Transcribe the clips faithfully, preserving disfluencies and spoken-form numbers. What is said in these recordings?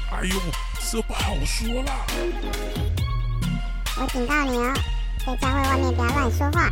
哎呦，这不好说啦。 我警告你哦，在教会外面不要乱说话。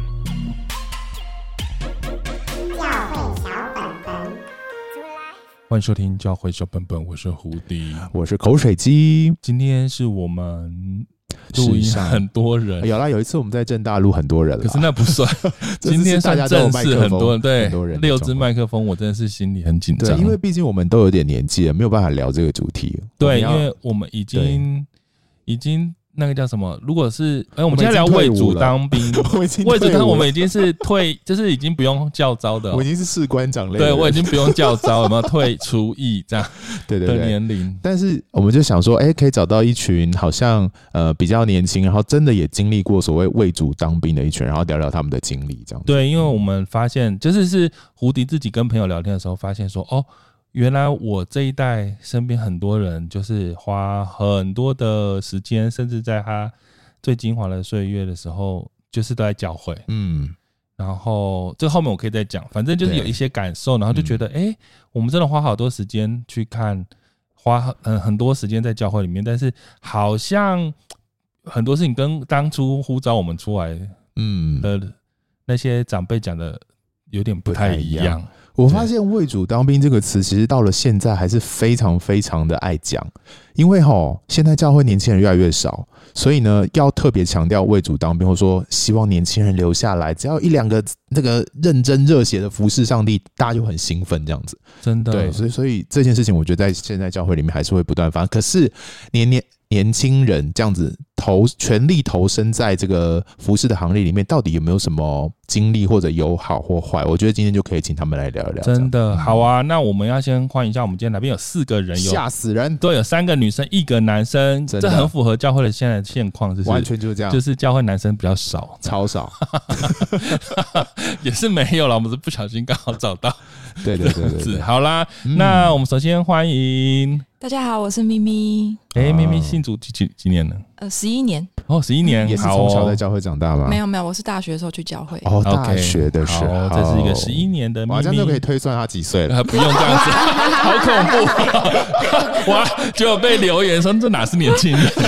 教会小本本， 欢迎收听教会小本本，我是胡迪， 我是口水鸡。 今天是我们录音很多人， 有啦，有一次我们在正大录很多人了， 可是那不算。今天算正式很多人，对， 很多人六支麦克风，我真的是心里很紧张。 对，因为毕竟我们都有点年纪了，没有办法聊这个主题。 对，因为我们已经已经。那个叫什么？如果是哎、欸，我们今天聊为主当兵，为主当我们已经是退，就是已经不用教招的、喔， 我已经是士官长类的， 对我已经不用教招，有没有退除役这样？ 对对对， 的年龄。 但是我们就想说，哎、欸，可以找到一群好像呃比较年轻，然后真的也经历过所谓为主当兵的一群，然后聊聊他们的经历，这样。 对，因为我们发现，就是是胡迪自己跟朋友聊天的时候，发现说，哦。原来我这一代身边很多人就是花很多的时间，甚至在他最精华的岁月的时候，就是都在教会。嗯，然后这后面我可以再讲，反正就是有一些感受，然后就觉得，哎、欸，我们真的花好多时间去看，花很很多时间在教会里面，但是好像很多事情跟当初呼召我们出来嗯的那些长辈讲的有点不太一样。 我发现为主当兵这个词其实到了现在还是非常非常的爱讲，因为齁现在教会年轻人越来越少，所以呢要特别强调为主当兵，或者说希望年轻人留下来，只要一两个那个认真热血的服侍上帝，大家就很兴奋这样子。 真的， 对，所以所以这件事情我觉得在现在教会里面还是会不断发生。可是年年年轻人这样子投全力投身在这个服事的行列里面，到底有没有什么经历或者有好或坏？我觉得今天就可以请他们来聊一聊。 真的好啊，那我们要先欢迎一下我们今天来宾有四个人，有吓死人， 对，有三个女生，一个男生，这很符合教会的现在的现况，就是完全就是这样， 就是教会男生比较少， 超少， 也是没有了，我们是不小心刚好找到。 对对对 对, 对， 好啦、嗯，那我们首先欢迎。 大家好，我是咪咪。 哎、欸，咪咪信主几几几年了？ 呃，十一年。 哦，十一年， 也是从小在教会长大吗？ 没有没有，我是大学的时候去教会。 哦，大学的时候， 这是一个十一年的咪咪， 哇，这样就可以推算他几岁了。 不用这样子，好恐怖！哇，结果被留言说这哪是年轻人？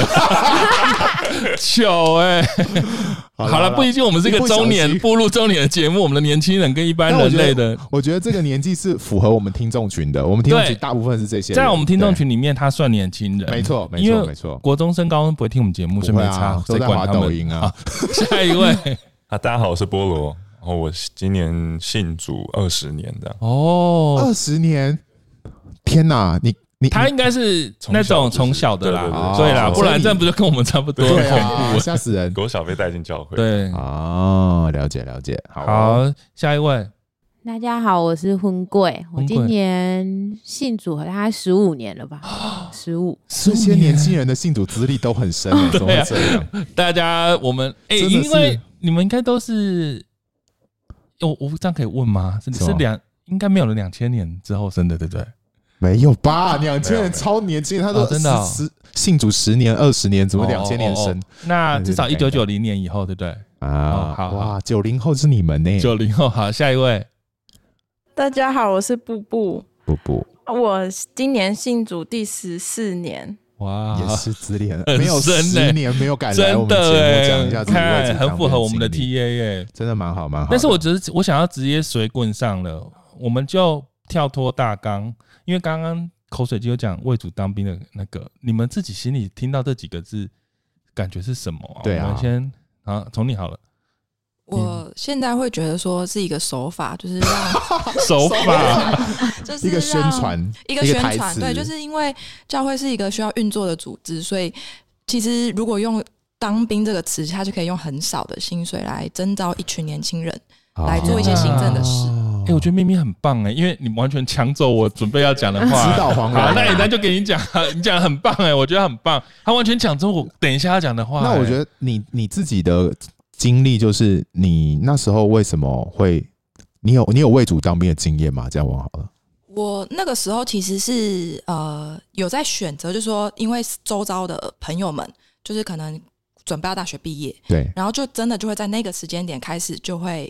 糗哎、欸！好了，不一定我们是一个中年步入中年的节目，我们的年轻人跟一般人类的， 我觉得这个年纪是符合我们听众群的。我们听众群大部分是这些人， 在我们听众群里面，他算年轻人， 没错，没错，没错。 国中升高中不会听我们节目，所以没差， 都在滑抖音啊。 下一位啊，大家好，我是菠萝，然后我今年信主二十年这样。 哦， 二十年，天哪，你。 他应该是那种从小的啦， 对, 对, 对, 对啦，不然这样不就跟我们差不多？ 对啊，吓死人！ 国小被带进教会， 对哦，了解了解。好， 好，下一位， 大家好，我是婚贵，我今年信主大概十五年了吧，十五。 这些年轻人的信主资历都很深，怎么会这样？ 大家，我们哎、欸，因为你们应该都是，我我这样可以问吗？是是两，应该没有了两千年之后生的，对不对？ 没有吧？两千年超年轻，他都真的信主十年、二十年，怎么两千年生？ 哦哦哦那至少一九九零年以后，对不对？ 啊，哦、好哇，九零后是你们呢？ 九零后，好，下一位。 大家好，我是布布。 布布， 我今年信主第十四年。 哇，也是资历很没有十年没有敢来我们节目讲一下， 看很符合我们的 T A 耶， 真的蛮好蛮好。 但是我只是我想要直接水滚上了，我们就跳脱大纲。因为刚刚口水鸡有讲为主当兵的那个，你们自己心里听到这几个字，感觉是什么、啊？ 对啊， 我们先啊，从你好了。 我现在会觉得说是一个手法，就是让手法， 就是一个宣传， 一个宣传，对，就是因为教会是一个需要运作的组织，所以其实如果用当兵这个词，它就可以用很少的薪水来征召一群年轻人来做一些行政的事。 哎、欸，我觉得咪咪很棒哎、欸，因为你完全抢走我准备要讲的话， 指导黄好，那那就给你讲，你讲的很棒哎、欸，我觉得很棒，他完全抢走我等一下要讲的话、欸。 那我觉得你你自己的经历，就是你那时候为什么会，你有你有为主当兵的经验吗？这样问好了。 我那个时候其实是呃有在选择，就是说因为周遭的朋友们就是可能准备要大学毕业， 对， 然后就真的就会在那个时间点开始就会。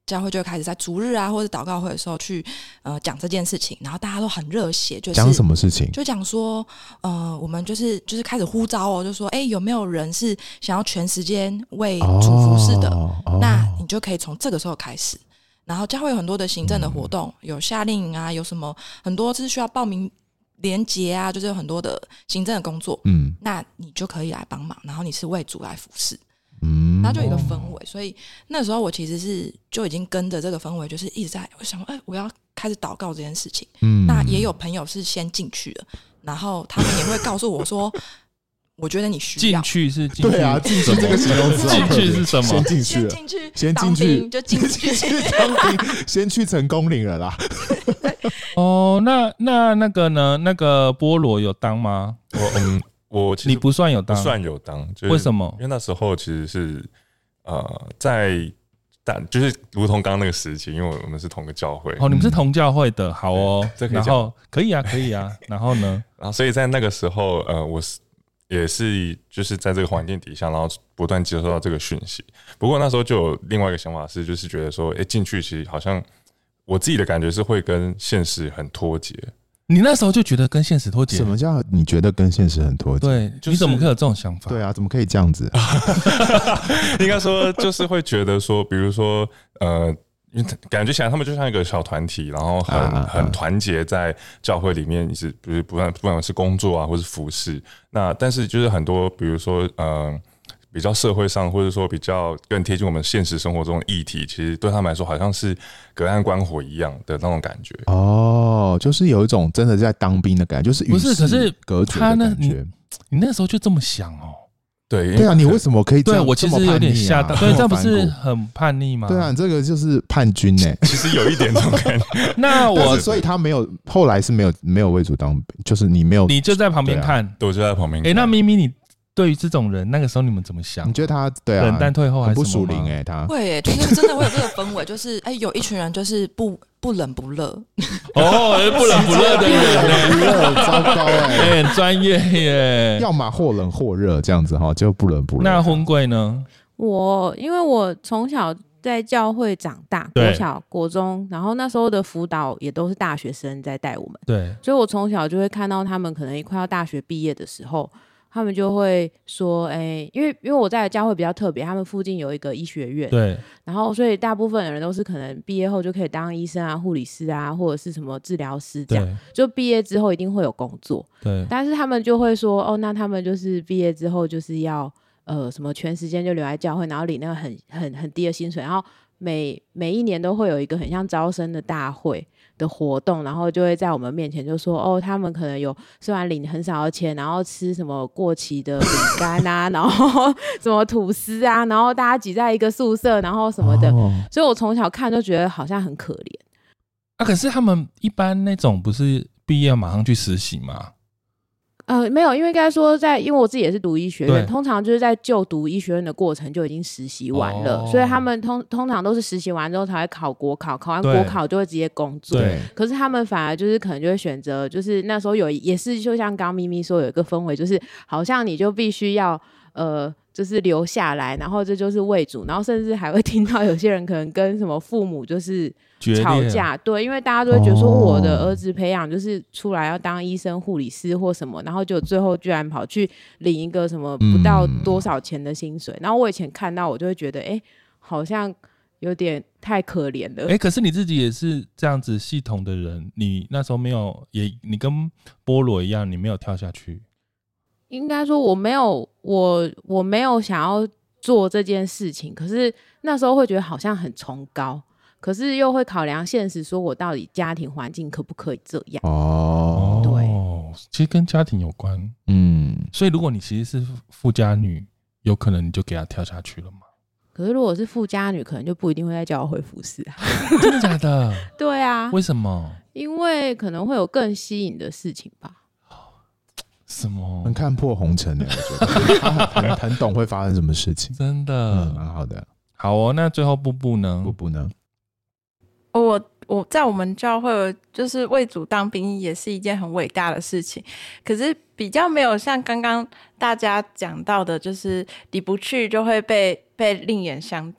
教会就会开始在主日啊或者祷告会的时候去呃讲这件事情，然后大家都很热血，就是讲什么事情？ 就讲说呃我们就是就是开始呼召哦，就说哎有没有人是想要全时间为主服事的、 哦哦、 那你就可以从这个时候开始，然后教会有很多的行政的活动、嗯、有夏令营啊，有什么很多是需要报名连结啊，就是有很多的行政的工作，嗯，那你就可以来帮忙，然后你是为主来服事，嗯，然后就有一个氛围，所以那时候我其实是就已经跟着这个氛围，就是一直在我想哎、欸，我要开始祷告这件事情。嗯，那也有朋友是先进去了，然后他们也会告诉我说，我觉得你需要进去是进去， 对啊，进去这个形容词， 进去是什么？ 先进去了， 先进去， 先进去就进去当兵，先去成功岭了啦。 哦，那那那个呢？那个菠萝有当吗？ 我嗯。我其实你不算有当， 不算有当，就是、 为什么？ 因为那时候其实是呃，在但就是如同刚刚那个时期，因为我们是同个教会。 哦，你们是同教会的，好哦。 这可以然后可以啊，可以啊。然后呢？ 然后所以在那个时候，呃，我是也是就是在这个环境底下，然后不断接收到这个讯息。不过那时候就有另外一个想法是，就是觉得说，哎、欸，进去其实好像我自己的感觉是会跟现实很脱节。 你那时候就觉得跟现实脱节？ 什么叫你觉得跟现实很脱节？ 对，就是、你怎么可以有这种想法？ 对啊，怎么可以这样子？ 应该说就是会觉得说，比如说呃，感觉起来他们就像一个小团体，然后很、啊、很团结在教会里面，是比如不管不管是工作啊，或是服事。那但是就是很多，比如说呃。比较社会上，或者说比较更贴近我们现实生活中的议题，其实对他们来说好像是隔岸观火一样的那种感觉。 哦，就是有一种真的在当兵的感觉，就是与世隔绝的感觉。 你, 你那时候就这么想哦？ 对， 对啊，你为什么可以这样？ 对我其实有点吓到，对，这不是很叛逆吗？ 对啊，这个就是叛军哎、欸， 其实有一点这种感觉。 那我所以他没有，后来是没有没有为主当兵，就是你没有， 你就在旁边看， 对，我就在旁边看。 哎、欸，那咪咪你。对于这种人，那个时候你们怎么想？ 你觉得他对啊， 冷淡退后还是不属灵哎？他会耶，就是真的会有这个氛围，就是哎、欸，有一群人就是不不冷不热， 哦，不冷不热的人， 不热，糟糕哎， 很专业耶。 要么或冷或热这样子哈，就不冷不热。 那婚贵呢？ 我因为我从小在教会长大，国小、国中，然后那时候的辅导也都是大学生在带我们， 对， 所以我从小就会看到他们可能快要大学毕业的时候。他们就会说，哎、欸，因为因为我在的教会比较特别，他们附近有一个医学院， 对， 然后所以大部分的人都是可能毕业后就可以当医生啊、护理师啊，或者是什么治疗师这样，就毕业之后一定会有工作， 对。 但是他们就会说，哦，那他们就是毕业之后就是要呃什么全时间就留在教会，然后领那个很很很低的薪水，然后每每一年都会有一个很像招生的大会的活动，然后就会在我们面前就说，哦，他们可能有虽然领很少的钱，然后吃什么过期的饼干啊，然后什么吐司啊，然后大家挤在一个宿舍，然后什么的，哦、所以我从小看就觉得好像很可怜啊。可是他们一般那种不是毕业马上去实习吗？ 呃，没有，因为应该说在，因为我自己也是读医学院，通常就是在就读医学院的过程就已经实习完了，哦、所以他们通通常都是实习完之后才会考国考，考完国考就会直接工作。对，可是他们反而就是可能就会选择，就是那时候有也是就像刚咪咪说有一个氛围，就是好像你就必须要呃。就是留下来，然后这就是为主，然后甚至还会听到有些人可能跟什么父母就是吵架，对，因为大家都会觉得说我的儿子培养就是出来要当医生、护理师或什么，然后就最后居然跑去领一个什么不到多少钱的薪水，嗯、然后我以前看到我就会觉得，哎，好像有点太可怜了。 哎，可是你自己也是这样子系统的人，你那时候没有也，你跟菠萝一样，你没有跳下去。 应该说我没有我我没有想要做这件事情，可是那时候会觉得好像很崇高，可是又会考量现实，说我到底家庭环境可不可以这样？ 哦， 对， 其实跟家庭有关，嗯，所以如果你其实是富家女，有可能你就给她跳下去了嘛。 可是如果是富家女，可能就不一定会在教会服侍啊。 真的假的？ 对啊。 为什么？ 因为可能会有更吸引的事情吧。 什么？ 很看破红尘的，我觉得他很, 很, 很懂会发生什么事情， 真的， 嗯，蛮好的。 好哦，那最后布布呢？ 布布呢？ 我我在我们教会就是为主当兵也是一件很伟大的事情，可是比较没有像刚刚大家讲到的，就是你不去就会被被另眼相待，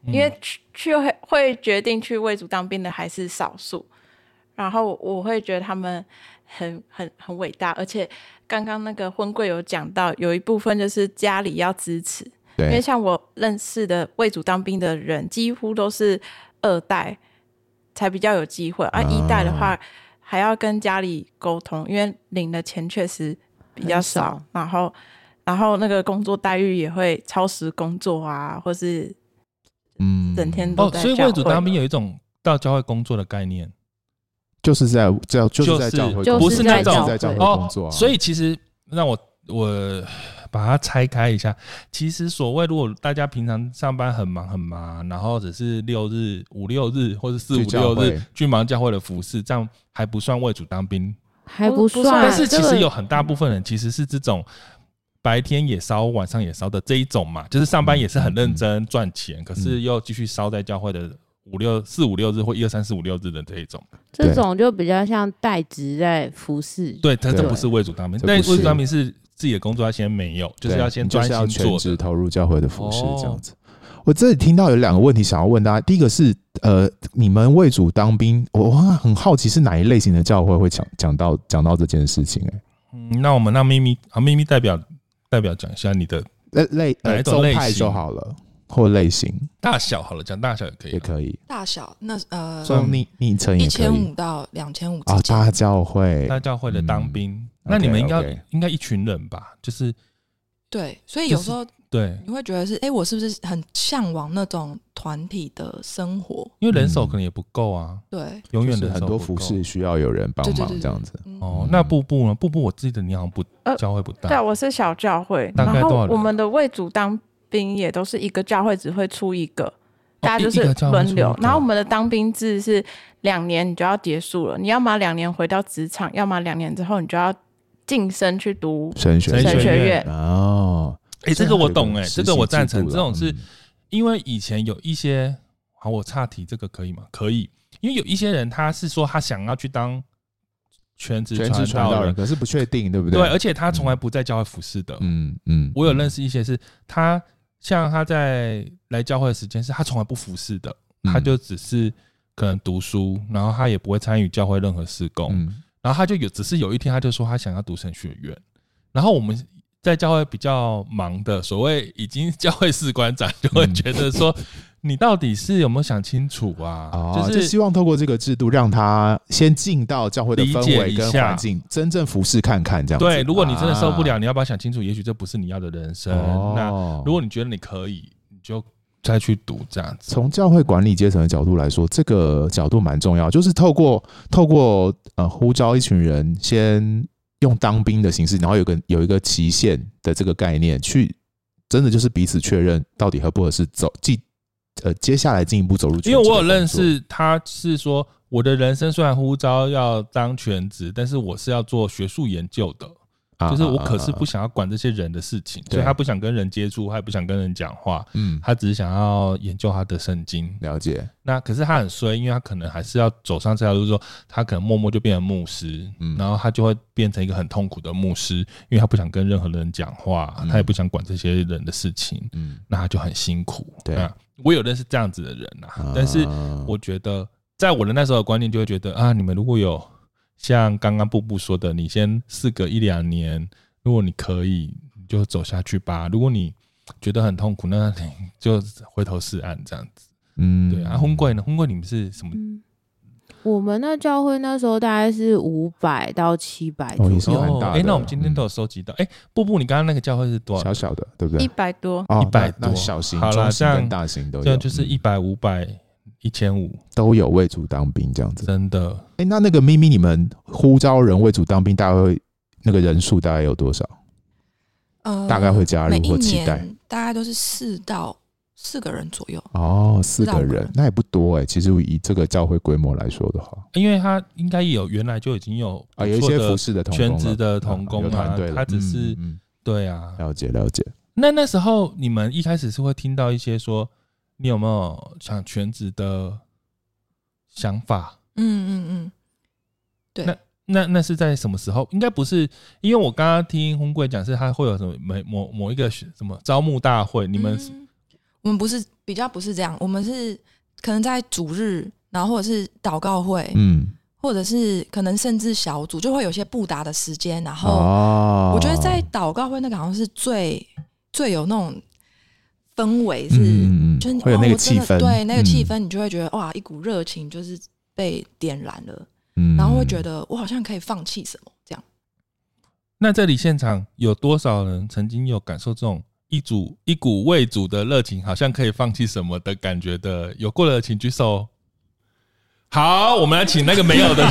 因为去去会会决定去卫组当兵的还是少数，然后我会觉得他们很很很伟大，而且刚刚那个婚贵有讲到，有一部分就是家里要支持，因为像我认识的卫组当兵的人，几乎都是二代才比较有机会，啊，一代的话还要跟家里沟通，因为领的钱确实比较少，然后然后那个工作待遇也会超时工作啊，或是嗯整天都在教会。 哦，所以卫组当兵有一种到教会工作的概念。 就是在就是在教会， 就是不是那种在教会工作、啊哦。所以其实让我我把它拆开一下，其实所谓如果大家平常上班很忙很忙，然后只是六日五六日或者四五六日去忙教会的服事，这样还不算卫组当兵， 还不算。 但是其实有很大部分人其实是这种白天也烧晚上也烧的这一种嘛，就是上班也是很认真赚钱，嗯、可是又继续烧在教会的五六四五六日或一二三四五六日的这一种， 这种就比较像代职在服侍。 对，它这不是卫组当兵，但卫组当兵是自己的工作要先没有，就是要先专心做， 就是要全职投入教会的服侍这样子。哦、我这里听到有两个问题想要问大家，第一个是呃，你们卫组当兵，我很好奇是哪一类型的教会会讲讲到讲到这件事情、欸？哎， 嗯，那我们让咪咪啊，咪咪代表代表讲一下你的类呃宗派就好了。或类型大小好了，讲大小也可以， 也可以。 大小那呃， 从昵昵称一千五到两千五啊，大教会， 大教会的当兵，嗯、那你们应该 okay, okay. 应该一群人吧？就是对，所以有时候、就是、 对， 你会觉得是，哎、欸，我是不是很向往那种团体的生活？ 因为人手可能也不够啊， 对、 嗯，永远的很多服饰需要有人帮忙这样子。 对对对对哦，那步步呢？步步我记得你好像不、呃、教会不大， 对，我是小教会， 大概多少人？ 然后我们的卫组当兵也都是一个教会只会出一个，大家就是轮流、哦、然后我们的当兵制是两年你就要结束了，你要么两年回到职场，要么两年之后你就要晋升去读神学神学院哦。 哎、欸，这个我懂哎、欸，这个我赞成。这种是因为以前有一些，好，我岔题，这个可以吗？可以，因为有一些人他是说他想要去当全职全职传道人，可是不确定，对不对？ 对，而且他从来不在教会服侍的。 嗯嗯， 我有认识一些是他。像他在来教会的时间是他从来不服侍的、嗯，他就只是可能读书，然后他也不会参与教会任何事工、嗯，然后他就有只是有一天他就说他想要读神学院，然后我们在教会比较忙的所谓已经教会士官长就会觉得说、嗯、你到底是有没有想清楚啊？ 哦、 就是就希望透过这个制度让他先进到教会的氛围跟环境，真正服侍看看这样子。 对，如果你真的受不了、啊、你要不要想清楚，也许这不是你要的人生、哦、那如果你觉得你可以，你就再去读这样子。 从教会管理阶层的角度来说，这个角度蛮重要，就是透过透过呃呼召一群人先用当兵的形式，然后有个有一个期限的这个概念，去真的就是彼此确认到底合不合适走继呃接下来进一步走入全职。 因为我有认识他是说，我的人生虽然呼召要当全职，但是我是要做学术研究的。啊、就是我可是不想要管这些人的事情，啊、所以他不想跟人接触，他也不想跟人讲话，嗯，他只是想要研究他的圣经。 了解。 那可是他很衰，因为他可能还是要走上这条路，说他可能默默就变成牧师，嗯，然后他就会变成一个很痛苦的牧师，因为他不想跟任何人讲话、嗯，他也不想管这些人的事情，嗯，那他就很辛苦。 对， 那我有认识这样子的人啊，但是我觉得在我的那时候的观念就会觉得啊，你们如果有像刚刚布布说的，你先试个一两年，如果你可以，你就走下去吧。如果你觉得很痛苦，那你就回头是岸这样子。嗯，对啊。婚贵呢？婚贵你们是什么？ 嗯、我们那教会那时候大概是五百到七百左右， 哦，也是蛮大的。 哎、欸，那我们今天都有收集到。哎、嗯，布布，你刚刚那个教会是多少？ 小小的，对不对？ 一百多， 一百、哦、多， 小型、 好啦， 中型跟大型都有， 这样就是一百、五百。一千五都有为主当兵这样子， 真的。 哎、欸，那那个咪咪，你们呼召人为主当兵，大概会那个人数大概有多少？呃，大概会加入或期待？ 大概都是四到四个人左右。 哦，四个人，那也不多哎、欸。其实以这个教会规模来说的话， 因为他应该有原来就已经有啊，有一些服侍的同工全职的同工啊， 对、啊， 他只是、嗯嗯、对啊， 了解了解。 那那时候你们一开始是会听到一些说，你有没有想全职的想法？ 嗯嗯嗯，对。 那那那是在什么时候？应该不是，因为我刚刚听婚贵讲是他会有什么某某某一个什么招募大会，你们、 嗯、 我们不是比较不是这样，我们是可能在主日，然后或者是祷告会，嗯，或者是可能甚至小组就会有些布达的时间，然后我觉得在祷告会那个好像是最最有那种氛围，是、嗯、就是会有那个气氛， 对那个气氛，你就会觉得、嗯、哇，一股热情就是被点燃了，嗯，然后会觉得我好像可以放弃什么这样。 那这里现场有多少人曾经有感受这种一组一股为主的热情，好像可以放弃什么的感觉的？有过的请举手。好，我们来请那个没有的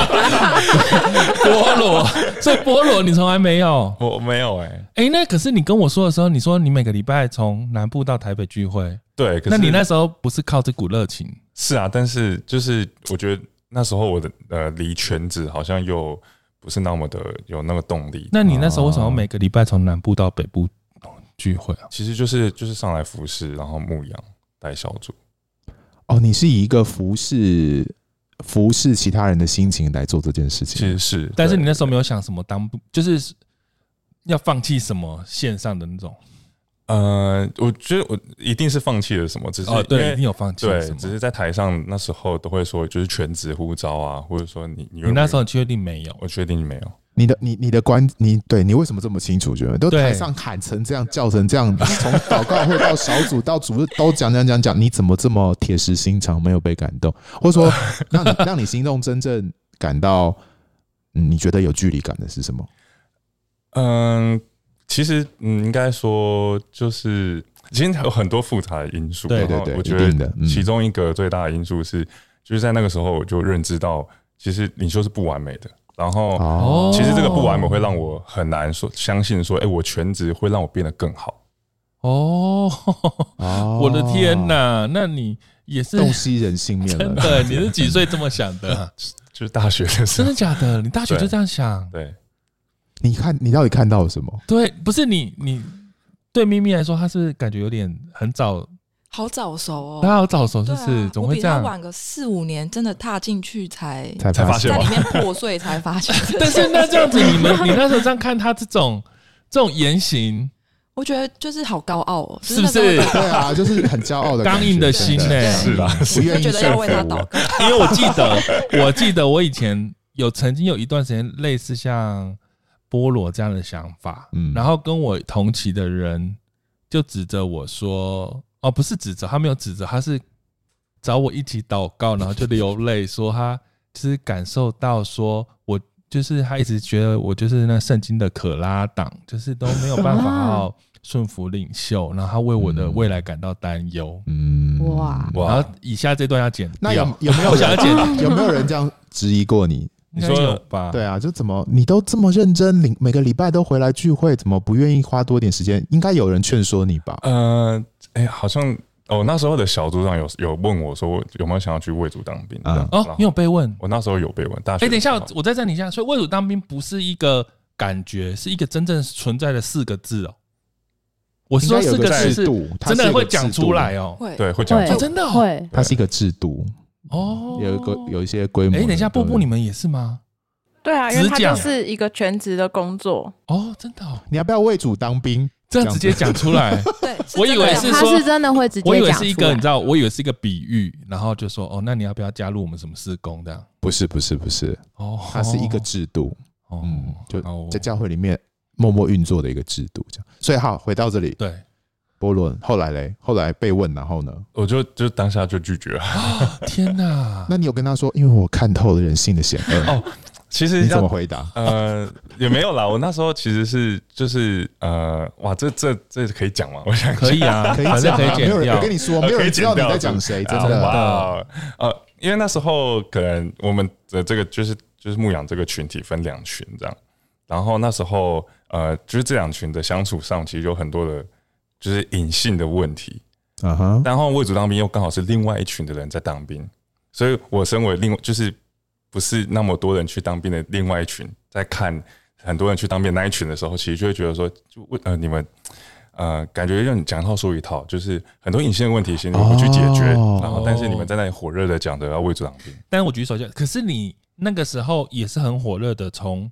菠萝。所以菠萝你从来没有？ 我没有哎、欸。 哎、欸，那可是你跟我说的时候，你说你每个礼拜从南部到台北聚会， 对，可是那你那时候不是靠这股热情？ 是啊，但是就是我觉得那时候我的呃离全职好像又不是那么的有那个动力。 那你那时候为什么每个礼拜从南部到北部聚会啊？ 其实就是就是上来服侍，然后牧养带小组。 哦，你是以一个服侍服侍其他人的心情来做这件事情， 其实是。 但是你那时候没有想什么当，就是要放弃什么线上的那种。 呃，我觉得我一定是放弃了什么，只是哦，对，一定有放弃了什么。 对，只是在台上那时候都会说，就是全职呼召啊，或者说你你你那时候确定没有？ 我确定没有。 你的你你的观你对你为什么这么清楚？觉得都台上喊成这样，叫成这样，从祷告会到小组到主日都讲讲讲讲，你怎么这么铁石心肠，没有被感动，或者说让你让你心中真正感到，嗯，你觉得有距离感的是什么？ 嗯。其实，嗯，应该说就是，其实有很多复杂的因素。 对对对， 我觉得其中一个最大的因素是，就是在那个时候我就认知到，其实领袖是不完美的。然后，其实这个不完美会让我很难说相信说，哎、欸，我全职会让我变得更好。 哦，我的天哪！那你也是洞悉人性面了。 真的，你是几岁这么想的？ 就是大学的时候。 真的假的？你大学就这样想？ 对。 你看，你到底看到了什么？ 对，不是你，你对咪咪来说，他是感觉有点很早， 好早熟哦， 他好早熟，就是、啊、怎么会这样？ 我比他晚个四五年，真的踏进去才才发现， 在里面破碎才发现。 但是那这样子，你们你那时候这样看他这种这种言行， 我觉得就是好高傲哦， 是不是？ 对啊，就是很骄傲的刚硬的心呢、欸， 是啦， 不愿意觉得要为他祷告。 因为我记得，我记得我以前有曾经有一段时间类似像菠萝这样的想法，嗯，然后跟我同期的人就指责我说，哦，不是指责，他没有指责，他是找我一起祷告，然后就流泪，说他就是感受到说我就是他一直觉得我就是那圣经的可拉党，就是都没有办法好好顺服领袖，然后他为我的未来感到担忧。嗯， 哇， 然后以下这段要剪掉， 那有有没有我想要剪？ 有没有人这样质疑过你？ 你说有吧？ 对啊，就怎么你都这么认真，每个礼拜都回来聚会，怎么不愿意花多点时间？应该有人劝说你吧？ 呃，哎、欸，好像哦，那时候的小组长有有问我说有没有想要去为主当兵、嗯、 哦，你有被问？ 我那时候有被问。大学哎、欸，等一下，我再暂停一下。所以为主当兵不是一个感觉，是一个真正存在的四个字哦。我是说四个字是真的会讲出来哦， 对，会讲出来、 哦，真的、哦、 会， 它是一个制度。哦，有一个有一些规模。 哎、欸，等一下，布布你们也是吗？ 对啊，因为它就是一个全职的工作。 哦，真的、哦。 你要不要为主当兵？ 这样直接讲出来。 对， 我以为是说他是真的会直接讲出来。 我以为是一个，你知道，我以为是一个比喻，然后就说哦，那你要不要加入我们什么事工这样？ 不是，不是，不是。哦，它是一个制度。哦，嗯，就在教会里面默默运作的一个制度，这样。所以好，回到这里。 对。 波伦后来嘞，后来被问，然后呢？ 我就就当下就拒绝了。 哦、天哪！ 那你有跟他说，因为我看透了人性的险恶哦。其实你怎么回答？ 呃，也没有啦。我那时候其实是就是呃，哇，这这这可以讲吗？我想可以啊， 可以讲、啊， 可以剪掉。 没有人我跟你说，没有人知道你在讲谁，真的。 哇，呃，因为那时候可能我们的这个就是就是牧养这个群体分两群这样，然后那时候呃，就是这两群的相处上，其实有很多的。就是隐性的问题，嗯哼，然后为主当兵又刚好是另外一群的人在当兵，所以我身为另外就是不是那么多人去当兵的另外一群，在看很多人去当兵的那一群的时候，其实就会觉得说，就呃你们呃感觉让你讲一套说一套，就是很多隐性的问题，其实你不去解决，哦、然后但是你们在那里火热的讲着要为主当兵。 但是我举手就，可是你那个时候也是很火热的从。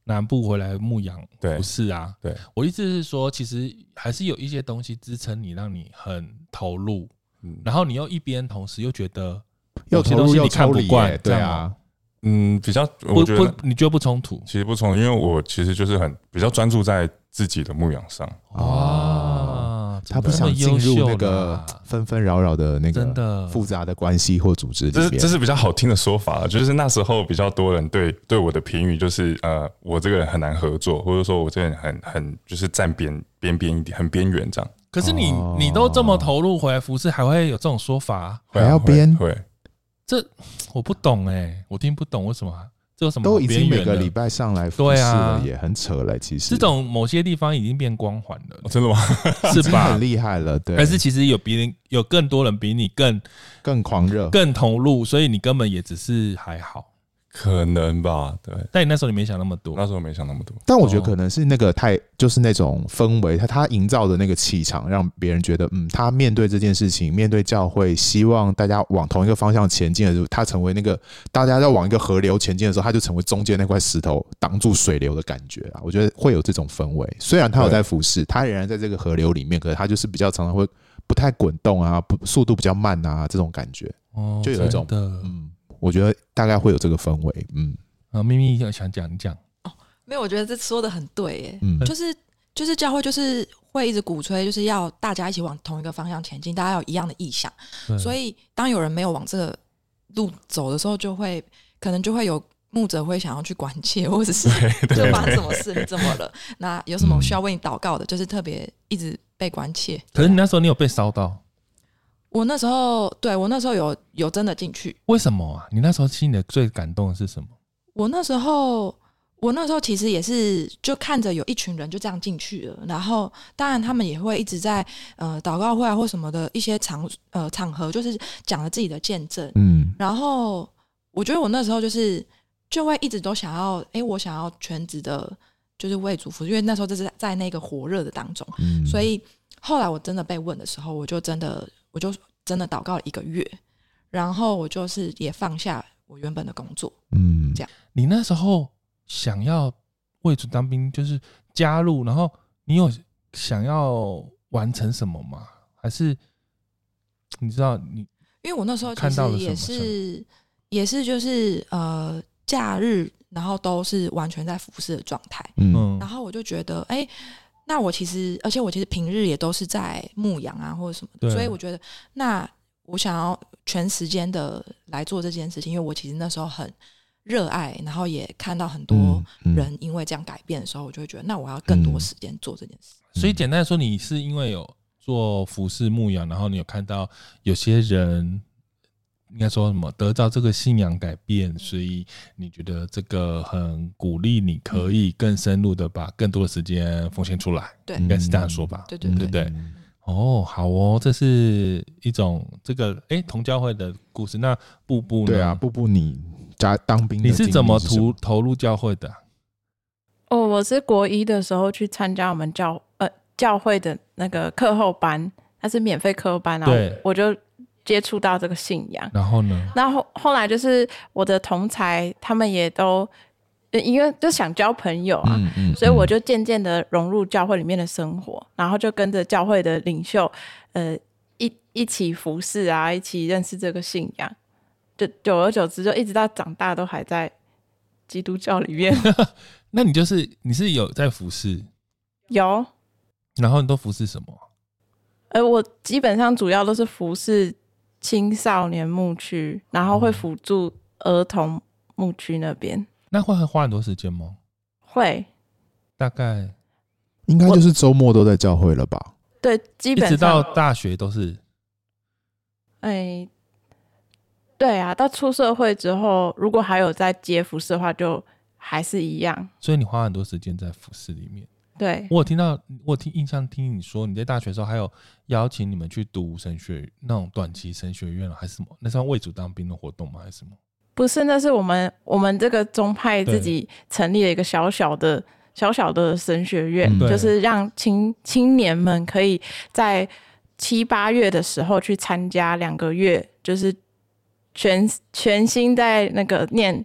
南部回来牧养服侍啊。 对， 我意思是说，其实还是有一些东西支撑你，让你很投入，嗯，然后你又一边同时又觉得有些东西你看不惯， 对啊。 嗯，比较我觉得不不，你觉得不冲突？ 其实不冲突，因为我其实就是很比较专注在自己的牧养上。 哇， 他不想进入那个纷纷扰扰的那个复杂的关系或组织里面。 这是这是比较好听的说法，就是那时候比较多人对对我的评语就是呃，我这个人很难合作，或者说我这个人很很就是站边边边一点，很边缘这样。 可是你、哦、你都这么投入回来服侍，还会有这种说法、啊？ 还要边会？ 这我不懂哎、欸，我听不懂为什么这有什么都已经每个礼拜上来服侍了，也很扯了。其实这种某些地方已经变光环了、 哦，真的吗？ 是吧？ 很厉害了，对。 但是其实有别人有更多人比你更更狂热、 更投入，所以你根本也只是还好。 可能吧，对。 但你那时候你没想那么多， 那时候没想那么多。 但我觉得可能是那个太，就是那种氛围，他他营造的那个气场，让别人觉得，嗯，他面对这件事情，面对教会，希望大家往同一个方向前进的时候，他成为那个大家在往一个河流前进的时候，他就成为中间那块石头挡住水流的感觉啊。我觉得会有这种氛围。虽然他有在服侍，他仍然在这个河流里面，可是他就是比较常常会不太滚动啊，不速度比较慢啊，这种感觉，哦、就有一种嗯。我觉得大概会有这个氛围，嗯， 啊，咪咪想讲，你讲哦，没有，我觉得这说的很对，耶，嗯，就是就是教会就是会一直鼓吹，就是要大家一起往同一个方向前进，大家有一样的意向，所以当有人没有往这个路走的时候，就会可能就会有牧者会想要去关切，或者是就发生什么事，你怎么了？那有什么需要为你祷告的，就是特别一直被关切。 可是你那时候你有被烧到？ 我那时候，对我那时候有有真的进去， 为什么啊？你那时候心里最感动的是什么？ 我那时候，我那时候其实也是就看着有一群人就这样进去了，然后当然他们也会一直在呃祷告会啊或什么的一些场呃场合，就是讲了自己的见证，嗯，然后我觉得我那时候就是就会一直都想要，哎，我想要全职的，就是为主服，因为那时候就是在那个火热的当中，嗯，所以后来我真的被问的时候，我就真的。我就真的祷告了一个月，然后我就是也放下我原本的工作，嗯，这样。 你那时候想要为主当兵，就是加入，然后你有想要完成什么吗？还是你知道你？ 因为我那时候其实也是也是就是呃假日，然后都是完全在服侍的状态，嗯，然后我就觉得，哎、欸。那我其实，而且我其实平日也都是在牧养啊，或者什么的，所以我觉得，那我想要全时间的来做这件事情，因为我其实那时候很热爱，然后也看到很多人因为这样改变的时候，我就会觉得，那我要更多时间做这件事。 嗯、所以简单来说，你是因为有做服侍牧养，然后你有看到有些人。应该说什么得到这个信仰改变，所以你觉得这个很鼓励你可以更深入的把更多的时间奉献出来，对，应该是这样说吧？ 对对对对, 对, 对。哦，好哦，这是一种这个哎同教会的故事。那布布呢？ 对啊，布布你加当兵的你是怎么投投入教会的、啊？ 哦，我是国一的时候去参加我们教呃教会的那个课后班，它是免费课后班，然后我就。接触到这个信仰， 然后呢？ 然后后来就是我的同才，他们也都因为就想交朋友啊，嗯嗯、所以我就渐渐的融入教会里面的生活，然后就跟着教会的领袖，呃，一一起服侍啊，一起认识这个信仰，就久而久之，就一直到长大都还在基督教里面。 那你就是你是有在服侍？ 有。 然后你都服侍什么？ 呃，我基本上主要都是服侍。青少年牧区，然后会辅助儿童牧区那边、嗯。 那会花很多时间吗？ 会， 大概应该就是周末都在教会了吧？ 对，基本上一直到大学都是。 哎、欸，对啊，到出社会之后，如果还有在接服侍的话，就还是一样。 所以你花很多时间在服侍里面。 对， 我有听到，我有听印象听你说，你在大学的时候还有邀请你们去读神学那种短期神学院还是什么？那算为主当兵的活动吗？还是什么？ 不是，那是我们我们这个宗派自己成立了一个小小的小小的神学院，嗯、就是让青青年们可以在七八月的时候去参加两个月，就是全全心在那个念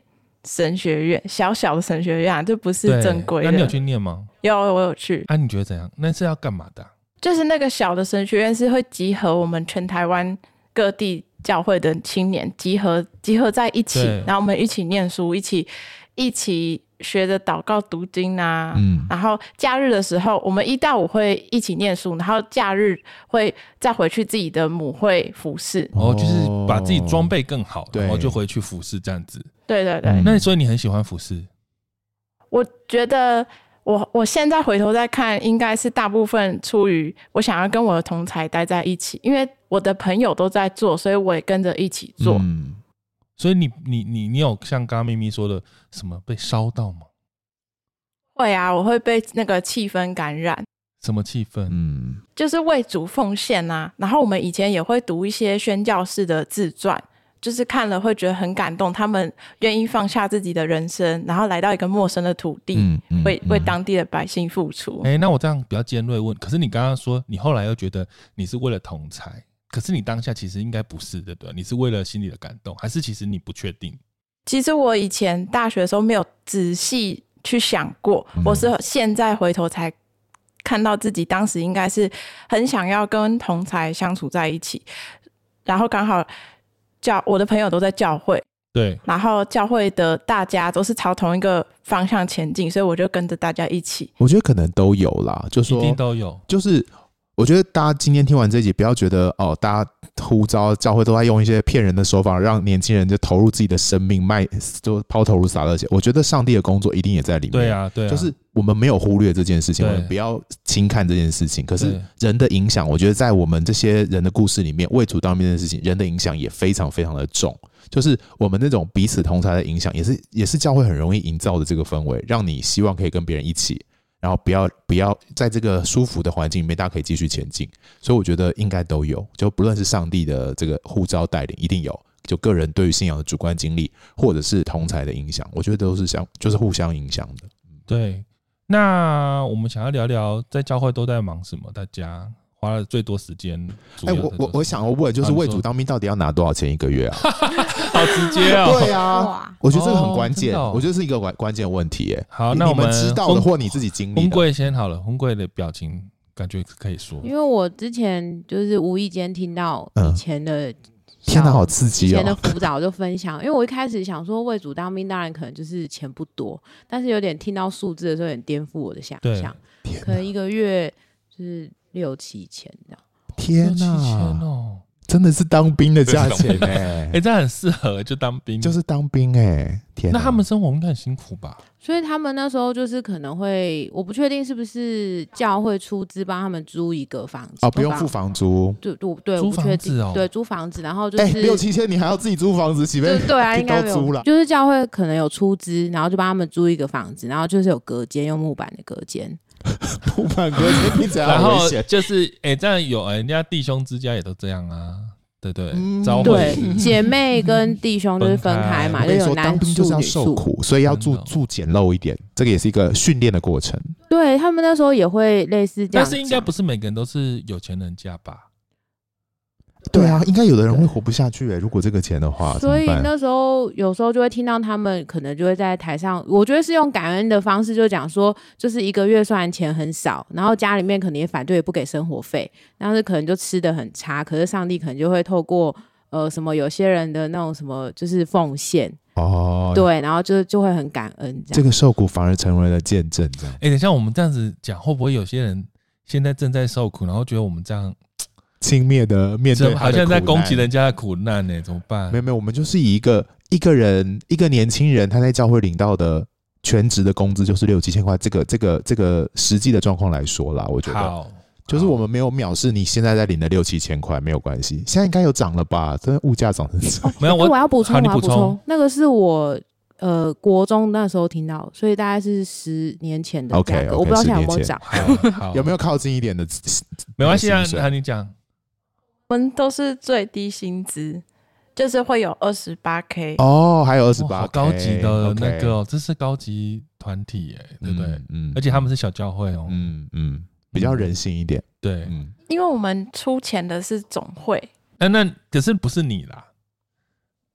神学院，小小的神学院、啊，这不是正规的。 那你有去念吗？ 有，我有去。 啊，你觉得怎样？那是要干嘛的、啊？ 就是那个小的神学院是会集合我们全台湾各地教会的青年集合集合在一起，然后我们一起念书，一起一起学着祷告读经啊、嗯、然后假日的时候我们一到五会一起念书，然后假日会再回去自己的母会服侍。 哦，就是把自己装备更好，然后就回去服侍这样子。 对对对、 嗯、那所以你很喜欢服侍？ 我觉得我我现在回头再看，应该是大部分出于我想要跟我的同才待在一起，因为我的朋友都在做，所以我也跟着一起做。 嗯，所以你你你你有像刚刚咪咪说的什么被烧到吗？ 会啊，我会被那个气氛感染。 什么气氛？嗯， 就是为主奉献啊。然后我们以前也会读一些宣教士的自传。就是看了会觉得很感动，他们愿意放下自己的人生，然后来到一个陌生的土地，嗯嗯、为为当地的百姓付出。 哎、欸，那我这样比较尖锐问，可是你刚刚说你后来又觉得你是为了同才，可是你当下其实应该不是的，对吧？你是为了心里的感动，还是其实你不确定？ 其实我以前大学的时候没有仔细去想过，嗯、我是现在回头才看到自己当时应该是很想要跟同才相处在一起，然后刚好。教我的朋友都在教会， 对， 然后教会的大家都是朝同一个方向前进，所以我就跟着大家一起。 我觉得可能都有啦，就说一定都有。 就是我觉得大家今天听完这一集，不要觉得哦，大家呼召教会都在用一些骗人的手法，让年轻人就投入自己的生命，卖就抛头颅洒热血。我觉得上帝的工作一定也在里面。 对啊，对啊， 就是我们没有忽略这件事情，我们不要轻看这件事情。可是人的影响，我觉得在我们这些人的故事里面，为主当面这件事情，人的影响也非常非常的重。就是我们那种彼此同才的影响，也是也是教会很容易营造的这个氛围，让你希望可以跟别人一起。然后不要不要在这个舒服的环境里面，大家可以继续前进。所以我觉得应该都有，就不论是上帝的这个呼召带领，一定有；就个人对于信仰的主观经历，或者是同侪的影响，我觉得都是相就是互相影响的。 对，那我们想要聊聊在教会都在忙什么？大家花了最多时间？哎、 欸，我我我想要问，就是为主当兵到底要拿多少钱一个月啊？ 好直接哦！ 对啊，我觉得这个很关键、哦哦，我觉得是一个关关键问题耶。 好，那我们知道的或你自己经历的。 婚贵先好了，婚贵的表情感觉可以说， 因为我之前就是无意间听到以前的、嗯， 天哪，好刺激哦！ 以前的辅导就分享，因为我一开始想说为主当兵，当然可能就是钱不多，但是有点听到数字的时候，有点颠覆我的想象，可能一个月就是六七千这样。 天哪， 六七千哦！ 真的是当兵的价钱哎、欸， 哎、欸，这很适合就当兵， 就是当兵哎、欸，天哪！ 那他们生活应该很辛苦吧？ 所以他们那时候就是可能会，我不确定是不是教会出资帮他们租一个房子哦，不用付房租， 对对对， 租房子哦， 对，租房子，然后就是、 欸、六七千，你还要自己租房子，岂不是？ 对啊，应该没有租了， 就是教会可能有出资，然后就帮他们租一个房子，然后就是有隔间，用木板的隔间。 木板隔间听起来然后就是哎、欸，这样有人家弟兄之家也都这样啊，对对， 嗯、 招会对姐妹跟弟兄就是分开嘛，就有男宿女宿，所以要住住简陋一点，这个也是一个训练的过程。 对他们那时候也会类似这样， 但是应该不是每个人都是有钱人家吧？ 对啊，应该有的人会活不下去哎、欸，如果这个钱的话。 所以那时候有时候就会听到他们可能就会在台上，我觉得是用感恩的方式，就讲说，就是一个月虽然钱很少，然后家里面可能也反对，也不给生活费，但是可能就吃得很差，可是上帝可能就会透过呃什么有些人的那种什么就是奉献哦，对，然后就就会很感恩这样， 这个受苦反而成为了见证这样。 哎、欸，等一下我们这样子讲，会不会有些人现在正在受苦，然后觉得我们这样？ 轻蔑的面对他的苦难， 好像在攻击人家的苦难呢、欸，怎么办？ 没有没有，我们就是以一个一个人一个年轻人他在教会领到的全职的工资就是六七千块，这个这个这个实际的状况来说啦，我觉得就是我们没有藐视你现在在领的六七千块没有关系，现在应该有涨了吧？真的物价涨成这样、 哦，没有我我要补充，我要补充，那个是我呃国中那时候听到，所以大概是十年前的价格， okay, okay, 我不知道现在有没有涨， 有没有靠近一点的？ 没关系啊，那你讲。 我们都是最低薪资，就是会有 二十八K 哦，还有 二十八K， 高级的那个、哦， okay. 这是高级团体耶，对不对？嗯，嗯而且他们是小教会哦， 嗯嗯，比较人性一点， 嗯、对， 嗯，因为我们出钱的是总会， 那、啊、那可是不是你啦，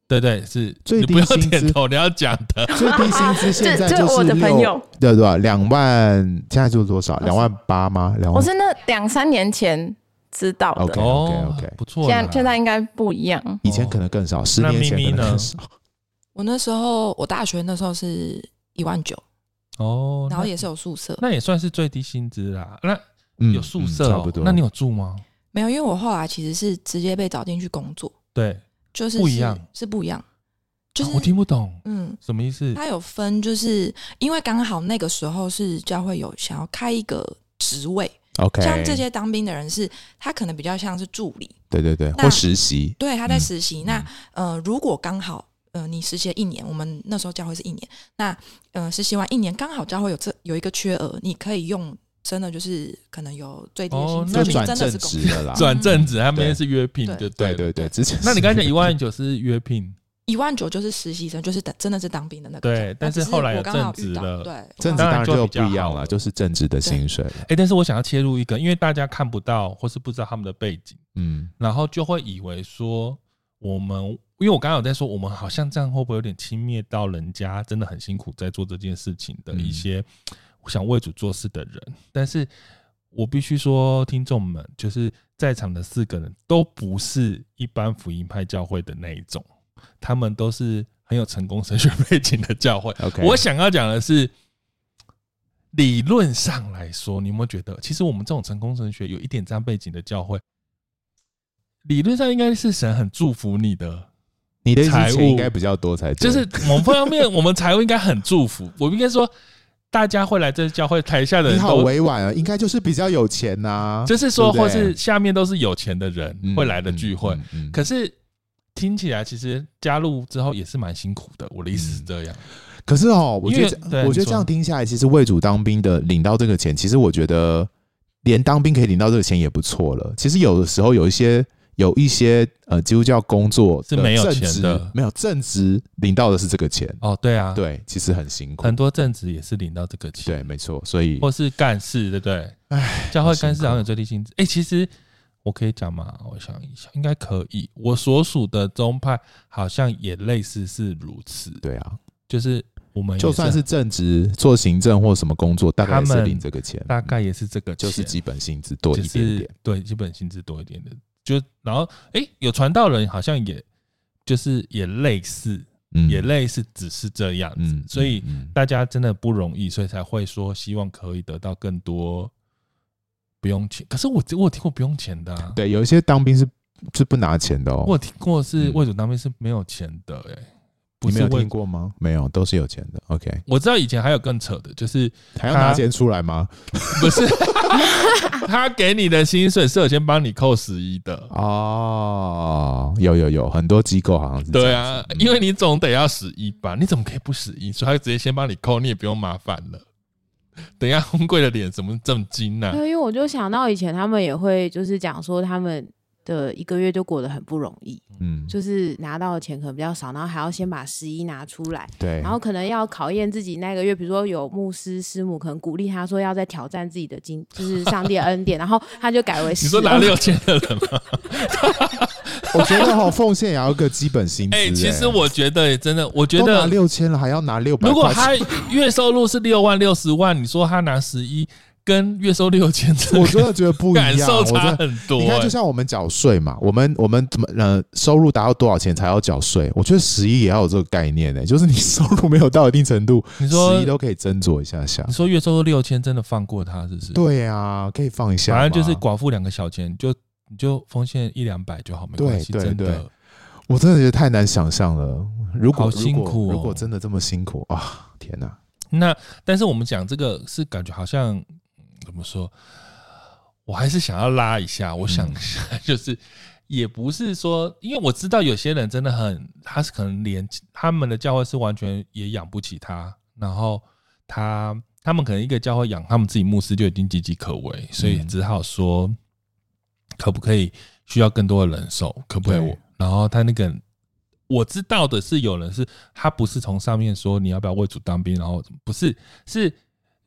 对对，是最低你不要薪资点头，你要讲的最低薪资现在就是这这我的朋友六，对对吧？两万，现在就是多少？两万八吗？两万？ 我是那两三年前知道的。 OK OK OK， 不错。 现在现在应该不一样， 以前可能更少，十年前可能更少。 我那时候我大学那时候是一万九哦， 然后也是有宿舍， 那也算是最低薪资啦。那有宿舍、 嗯嗯、差不多。 那你有住吗？ 没有，因为我后来其实是直接被找进去工作。 对。 就是不一样， 是不一样，就是、 啊、我听不懂， 嗯， 什么意思？ 它有分，就是因为刚好那个时候是教会有想要开一个职位 ，OK， 像这些当兵的人是，他可能比较像是助理， 对对对，或实习， 对，他在实习。 嗯、 那呃，如果刚好呃你实习了一年，我们那时候教会是一年，那呃实习完一年，刚好教会有这有一个缺额，你可以用。真的就是可能有最低的薪资， 就转正职的啦， 转正职，他们是约聘的，对对对对。之前， 那你刚才讲一万九是约聘， 一万九就是实习生，就是真的是当兵的那个。 对，但是后来有正职了， 对， 正职当然就不一样了，就是正职的薪水。 哎，但是我想要切入一个，因为大家看不到或是不知道他们的背景， 嗯， 然后就会以为说我们，因为我刚刚有在说，我们好像这样会不会有点轻蔑到人家真的很辛苦在做这件事情的一些想为主做事的人，但是。我必须说，听众们，就是在场的四个人都不是一般福音派教会的那一种，他们都是很有成功神学背景的教会。 Okay. 我想要讲的是，理论上来说，你有没有觉得，其实我们这种成功神学有一点这样背景的教会，理论上应该是神很祝福你的， 你的财务应该比较多才对， 就是某方面，我们财务应该很祝福。我应该说。大家会来这教会，台下的人都你好委婉啊，应该就是比较有钱呐、啊， 就是说， 对对或是下面都是有钱的人会来的聚会。 嗯嗯嗯、 可是听起来，其实加入之后也是蛮辛苦的。我的意思是这样。 嗯、可是哦，我觉得，我觉得这样听下来，其实为主当兵的领到这个钱，其实我觉得连当兵可以领到这个钱也不错了。其实有的时候有一些。有一些呃基督教工作是没有钱的， 没有正职领到的是这个钱哦，对啊， 对，其实很辛苦， 很多正职也是领到这个钱， 对，没错，所以或是干事，对不对？ 哎， 教会干事好像有最低薪资，哎，其实我可以讲吗？我想一下，应该可以。我所属的宗派好像也类似是如此， 对啊， 就是我们就算是正职做行政或什么工作，大概也是领这个钱， 大概也是这个钱， 就是基本薪资多一点点，就是、 对，基本薪资多一点的。就然后哎、欸，有传道人好像也就是也类似、嗯，也类似，只是这样子、嗯，所以大家真的不容易，所以才会说希望可以得到更多不用钱。可是我我有听过不用钱的、啊， 对，有一些当兵是是不拿钱的哦。 我有听过是为主当兵是没有钱的、欸，哎、 嗯，你没有听过吗？没有，都是有钱的。OK， 我知道以前还有更扯的，就是还要拿钱出来吗？ 不是。他给你的薪水是有先帮你扣十一的哦，有有有，很多机构好像是这样。 对啊，因为你总得要十一吧，你怎么可以不十一？所以他直接先帮你扣，你也不用麻烦了。等一下，红贵的脸怎么这么金呢、啊？ 因为我就想到以前他们也会就是讲说他们的一个月就过得很不容易，嗯，就是拿到的钱可能比较少，然后还要先把十一拿出来， 对， 然后可能要考验自己那个月，比如说有牧师师母可能鼓励他说要再挑战自己的经，就是上帝的恩典，然后他就改为十。 你说拿六千的人吗？ 我觉得哈，奉献也要个基本薪资、欸。哎、 欸，其实我觉得真的，我觉得都拿六千了，还要拿六百。 如果他月收入是六万、六十万，你说他拿十一。跟月收六千， 我真的觉得不一样， 感受差很多、欸。 你看，就像我们缴税嘛，我们我们怎么呃收入达到多少钱才要缴税？我觉得十一也要有这个概念呢、欸，就是你收入没有到一定程度， 你说十一都可以斟酌一下下。 你说月收入六千，真的放过他是不是？ 对啊，可以放一下。 反正就是寡妇两个小钱，就你就奉献一两百就好，没关系。真的， 我真的觉得太难想象了。如果好辛苦、哦如果，如果真的这么辛苦啊，天哪！ 那但是我们讲这个是感觉好像。怎么说？我还是想要拉一下。我想一下，就是也不是说，因为我知道有些人真的很，他是可能连他们的教会是完全也养不起他，然后他他们可能一个教会养他们自己牧师就已经岌岌可危，所以只好说可不可以需要更多的人手，可不可以我？然后他那个我知道的是，有人是他不是从上面说你要不要为主当兵，然后不是是。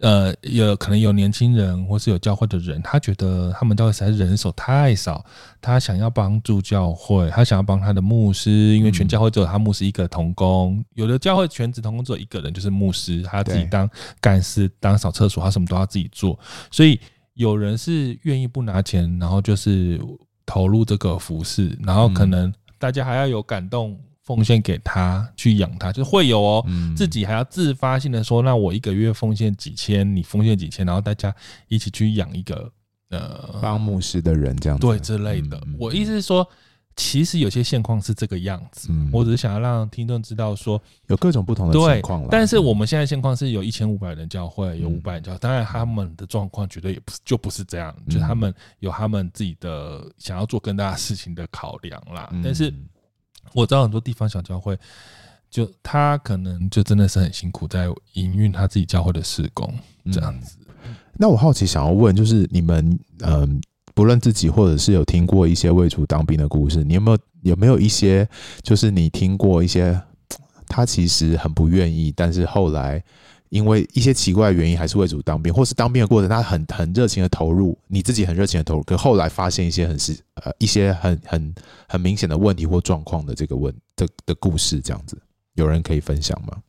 呃，有可能有年轻人或是有教会的人，他觉得他们教会实在是人手太少，他想要帮助教会，他想要帮他的牧师，因为全教会只有他牧师一个同工，有的教会全职同工只有一个人，就是牧师，他自己当干事、当扫厕所，他什么都要自己做，所以有人是愿意不拿钱，然后就是投入这个服事，然后可能大家还要有感动。奉献给他去养他，就是会有哦、嗯，自己还要自发性的说，那我一个月奉献几千，你奉献几千，然后大家一起去养一个呃帮牧师的人这样子， 对之类的、嗯。我意思是说，其实有些现况是这个样子、嗯，我只是想要让听众知道说， 有各种不同的情况啦。 但是我们现在现况是有一千五百人教会，有五百人教会，当然他们的状况绝对也不是就不是这样，嗯、就是他们有他们自己的想要做更大的事情的考量啦，嗯、但是。我知道很多地方小教会，就他可能就真的是很辛苦，在营运他自己教会的事工这样子、 嗯。那我好奇想要问，就是你们嗯、呃，不论自己或者是有听过一些为主当兵的故事，你有没有有没有一些，就是你听过一些他其实很不愿意，但是后来因为一些奇怪的原因还是为主当兵，或是当兵的过程他很很热情的投入，你自己很热情的投入，可后来发现一些很是呃一些很很很明显的问题或状况的这个问的的故事，这样子有人可以分享吗？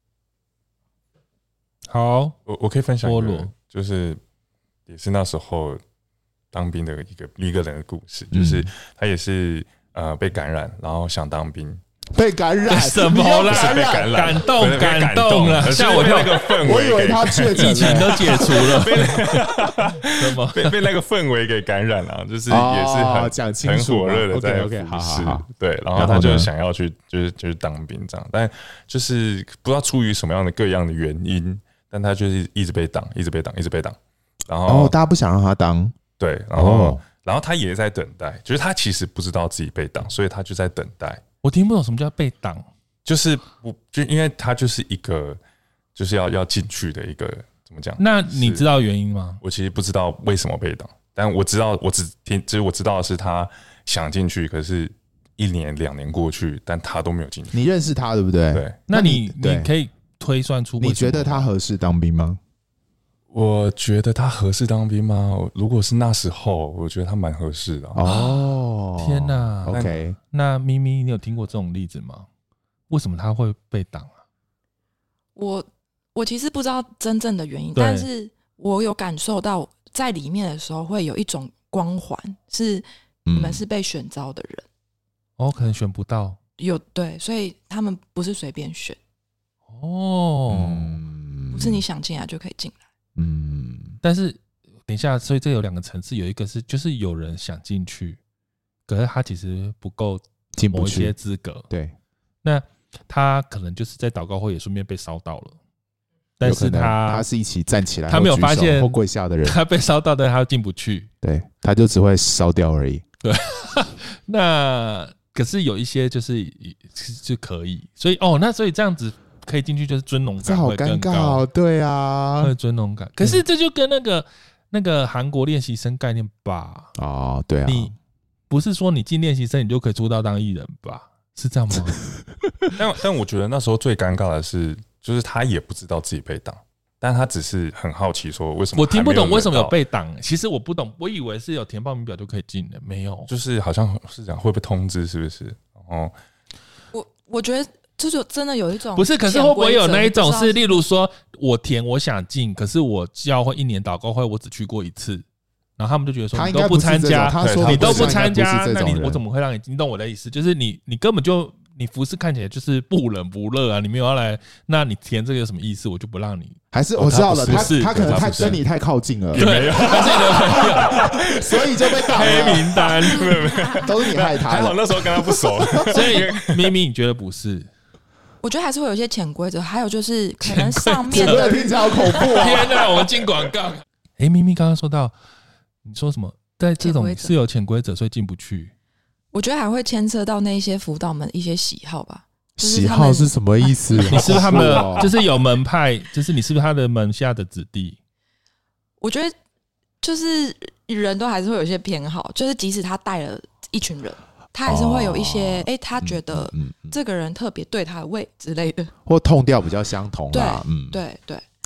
好， 我我可以分享一个，就是也是那时候当兵的一个一个人的故事，就是他也是呃被感染，然后想当兵。 被感染什么啦？ 不是被感染， 感动感动了，吓我跳那个氛围， 我以为他确诊， 疫情都解除了， 什么被被那个氛围给感染了，就是也是很、 哦、 很火热的在服事，对，然后他就想要去就是就是当兵这样，但就是不知道出于什么样的各样的原因，但他就是一直被挡，一直被挡，一直被挡，然后、 哦、大家不想让他当， 对，然后、哦、然后他也在等待，就是他其实不知道自己被挡，所以他就在等待。 我听不懂什么叫被挡， 就是不就因为他就是一个就是要要进去的一个怎么讲？ 那你知道原因吗？ 我其实不知道为什么被挡，但我知道我只听，就是我知道的是他想进去，可是一年两年过去，但他都没有进去。 你认识他对不对？ 对， 那你你可以推算出你觉得他合适当兵吗？ 我觉得他合适当兵吗？如果是那时候，我觉得他蛮合适的。 哦， 天哪 ！OK， 那咪咪，你有听过这种例子吗？为什么他会被挡啊？ 我我其实不知道真正的原因，但是我有感受到在里面的时候会有一种光环，是你们是被选召的人。 嗯、哦，可能选不到。 有对，所以他们不是随便选。 哦、 嗯，不是你想进来就可以进来。 嗯，但是等一下，所以这有两个层次，有一个是就是有人想进去，可是他其实不够某一些资格， 对， 那他可能就是在祷告会也顺便被烧到了，但是他他是一起站起来， 他没有发现或跪下的人， 他被烧到，但他进不去， 对，他就只会烧掉而已， 对，那可是有一些就是就可以，所以哦，那所以这样子。可以进去就是尊荣感会更高， 这好尴尬、哦，对啊， 会尊荣感。可是这就跟那个那个韩国练习生概念吧？ 哦，对啊， 你不是说你进练习生你就可以出道当艺人吧？是这样吗？ 但但我觉得那时候最尴尬的是，就是他也不知道自己被挡，但他只是很好奇说为什么。 我听不懂为什么有被挡、欸，其实我不懂，我以为是有填报名表就可以进的，没有， 就是好像是讲会被通知，是不是？哦， 我我觉得。就是真的有一种不是，可是会不会有那一种是，例如说我填我想进，可是我教会一年祷告会我只去过一次，然后他们就觉得说你都不参加，你都不参加，那你我怎么会让你进？你懂我的意思？就是你你根本就你服事看起来就是不冷不热啊，你没有要来，那你填这个有什么意思？我就不让你。 还是我知道了，他他可能太跟你太靠近了， 对，他是你的朋友， 所以就被打黑名单， 都是你害他。 还好那时候跟他不熟， 所以咪咪你觉得不是？ 我觉得还是会有一些潜规则，还有就是可能上面的听起来好恐怖啊！ 天哪，我们进广告。哎、欸，咪咪刚刚说到，你说什么？在这种是有潜规则，所以进不去。 我觉得还会牵涉到那些辅导们一些喜好吧。就是、 喜好是什么意思？ 你是不是他们的就是有门派？就是你是不是他的门下的子弟？ 我觉得就是人都还是会有一些偏好，就是即使他带了一群人。他还是会有一些，哎、哦欸，他觉得这个人特别对他的胃之类的， 或痛调比较相同啦。 嗯，对对。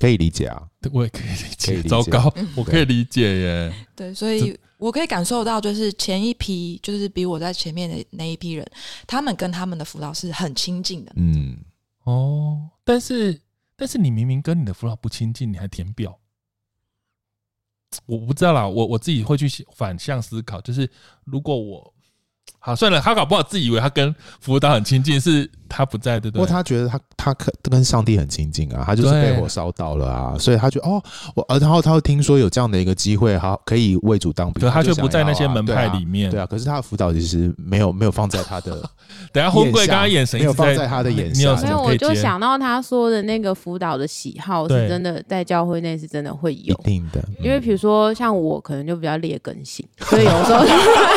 可以理解啊， 我也可以理解， 可以理解糟糕，我可以理解耶。 对，所以我可以感受到，就是前一批，就是比我在前面的那一批人，他们跟他们的辅导是很亲近的。 嗯， 哦，但是但是你明明跟你的辅导不亲近，你还填表，我不知道啦，我我自己会去反向思考，就是如果我。好，算了，他搞不好自以为他跟辅导很亲近，是他不在，对不对？ 不过他觉得他他跟上帝很亲近啊，他就是被火烧到了啊，所以他觉得哦，我然后他会听说有这样的一个机会，好可以为主当兵， 可他却不在那些门派里面， 对啊，对啊，可是他的辅导其实没有没有放在他的， 等一下婚贵刚刚眼神没有放在他的眼下， 没有，我就想到他说的那个辅导的喜好是真的，在教会内是真的会有， 一定的， 因为比如说像我可能就比较劣根性，所以有时候。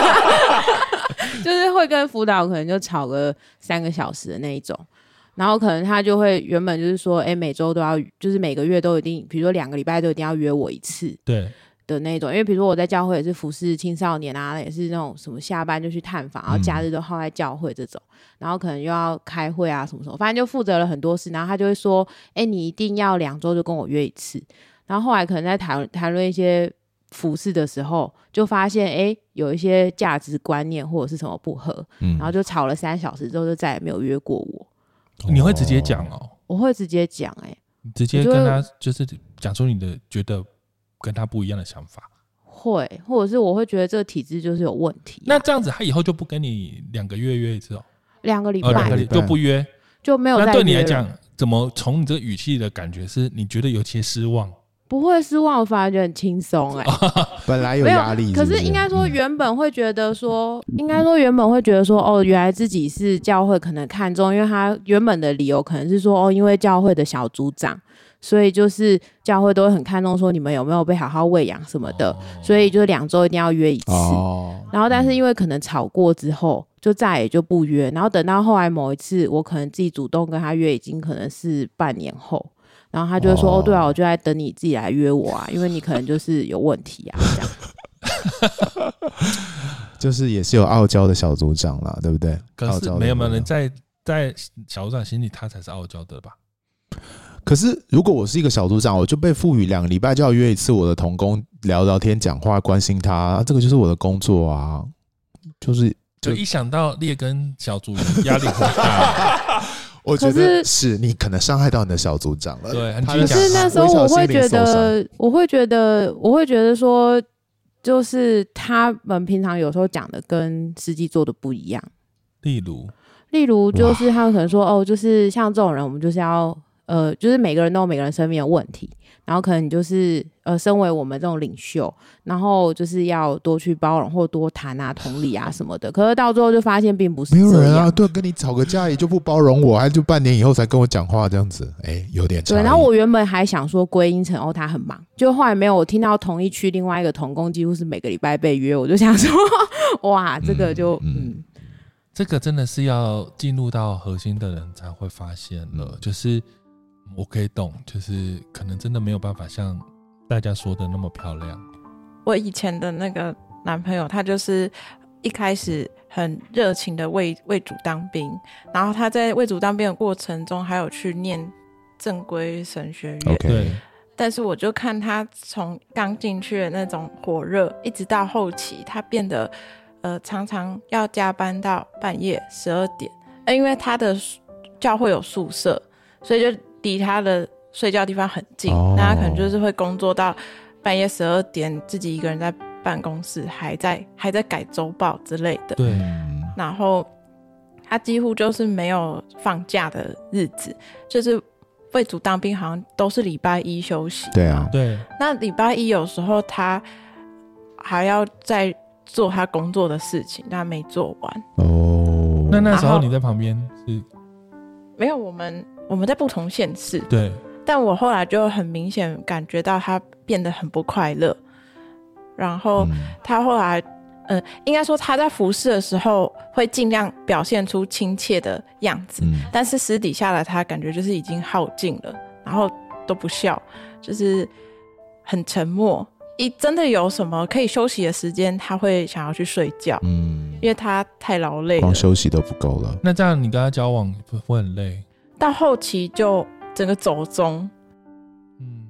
就是会跟辅导可能就吵个三个小时的那一种，然后可能他就会原本就是说，哎、欸，每周都要，就是每个月都一定，比如说两个礼拜都一定要约我一次，对的那种。因为比如说我在教会也是服侍青少年啊，也是那种什么下班就去探访，然后假日都耗在教会这种，然后可能又要开会啊什么什么，反正就负责了很多事。然后他就会说，哎、欸，你一定要两周就跟我约一次。然后后来可能在谈谈论一些。服侍的时候就发现哎、欸，有一些价值观念或者是什么不合、嗯、然后就吵了三小时之后就再也没有约过我。 你会直接讲哦？ 我会直接讲哎、欸， 直接跟他就是讲出你的觉得跟他不一样的想法， 会，或者是我会觉得这个体制就是有问题、啊。 那这样子他以后就不跟你两个月约一次哦？ 两个礼拜、 哦、就不约， 就没有再约了。 那对你来讲怎么从你这个语气的感觉是你觉得有些失望？ 不会失望，我反而觉得很轻松哎。 本来有压力是不是， 可是应该说原本会觉得说，嗯、应该说原本会觉得说，哦，原来自己是教会可能看重，因为他原本的理由可能是说，哦，因为教会的小组长，所以就是教会都会很看重说你们有没有被好好喂养什么的，哦、所以就两周一定要约一次。哦、然后但是因为可能吵过之后，就再也就不约，然后等到后来某一次，我可能自己主动跟他约，已经可能是半年后。然后他就会说 哦, 哦对啊，我就在等你自己来约我啊，因为你可能就是有问题啊这样就是也是有傲娇的小组长啦，对不对？ 可是没有没有人在在小组长心里他才是傲娇的吧。 可是如果我是一个小组长，我就被赋予两个礼拜就要约一次我的同工聊聊天讲话关心他、啊、这个就是我的工作啊，就是就一想到列根小组压力很大我觉得是你可能伤害到你的小组长了。 对， 可是那时候我会觉得，我会觉得，我会觉得说，就是他们平常有时候讲的跟实际做的不一样。 例如， 例如就是他们可能说，哦，就是像这种人，我们就是要，呃，就是每个人都有每个人生命的问题，然后可能你就是呃，身为我们这种领袖，然后就是要多去包容或多谈啊、同理啊什么的。可是到最后就发现并不是这样， 没有人啊，对，跟你吵个架也就不包容我，还就半年以后才跟我讲话这样子，哎，有点差异。 对，然后我原本还想说归因成哦他很忙，就后来没有，我听到同一区另外一个同工几乎是每个礼拜被约，我就想说哇，这个就嗯。嗯这个真的是要进入到核心的人才会发现了，就是我可以懂，就是可能真的没有办法像大家说的那么漂亮。 我以前的那个男朋友，他就是一开始很热情的为为主当兵，然后他在为主当兵的过程中，还有去念正规神学院。 Okay. 但是我就看他从刚进去的那种火热，一直到后期，他变得。呃，常常要加班到半夜十二点，因为他的教会有宿舍，所以就离他的睡觉地方很近。哦、那他可能就是会工作到半夜十二点，自己一个人在办公室，还在还在改周报之类的。 对。 然后他几乎就是没有放假的日子，就是为主当兵，好像都是礼拜一休息。 对啊， 对。 那礼拜一有时候他还要在。做他工作的事情，但他没做完。 哦， 那那时候你在旁边是？ 没有，我们我们在不同县市。 对。 但我后来就很明显感觉到他变得很不快乐，然后他后来，嗯、呃，应该说他在服侍的时候会尽量表现出亲切的样子，嗯、但是私底下的他感觉就是已经耗尽了，然后都不笑，就是很沉默。一真的有什么可以休息的时间，他会想要去睡觉，嗯，因为他太劳累了， 光休息都不够了。 那这样你跟他交往会很累？ 到后期就整个走中， 嗯，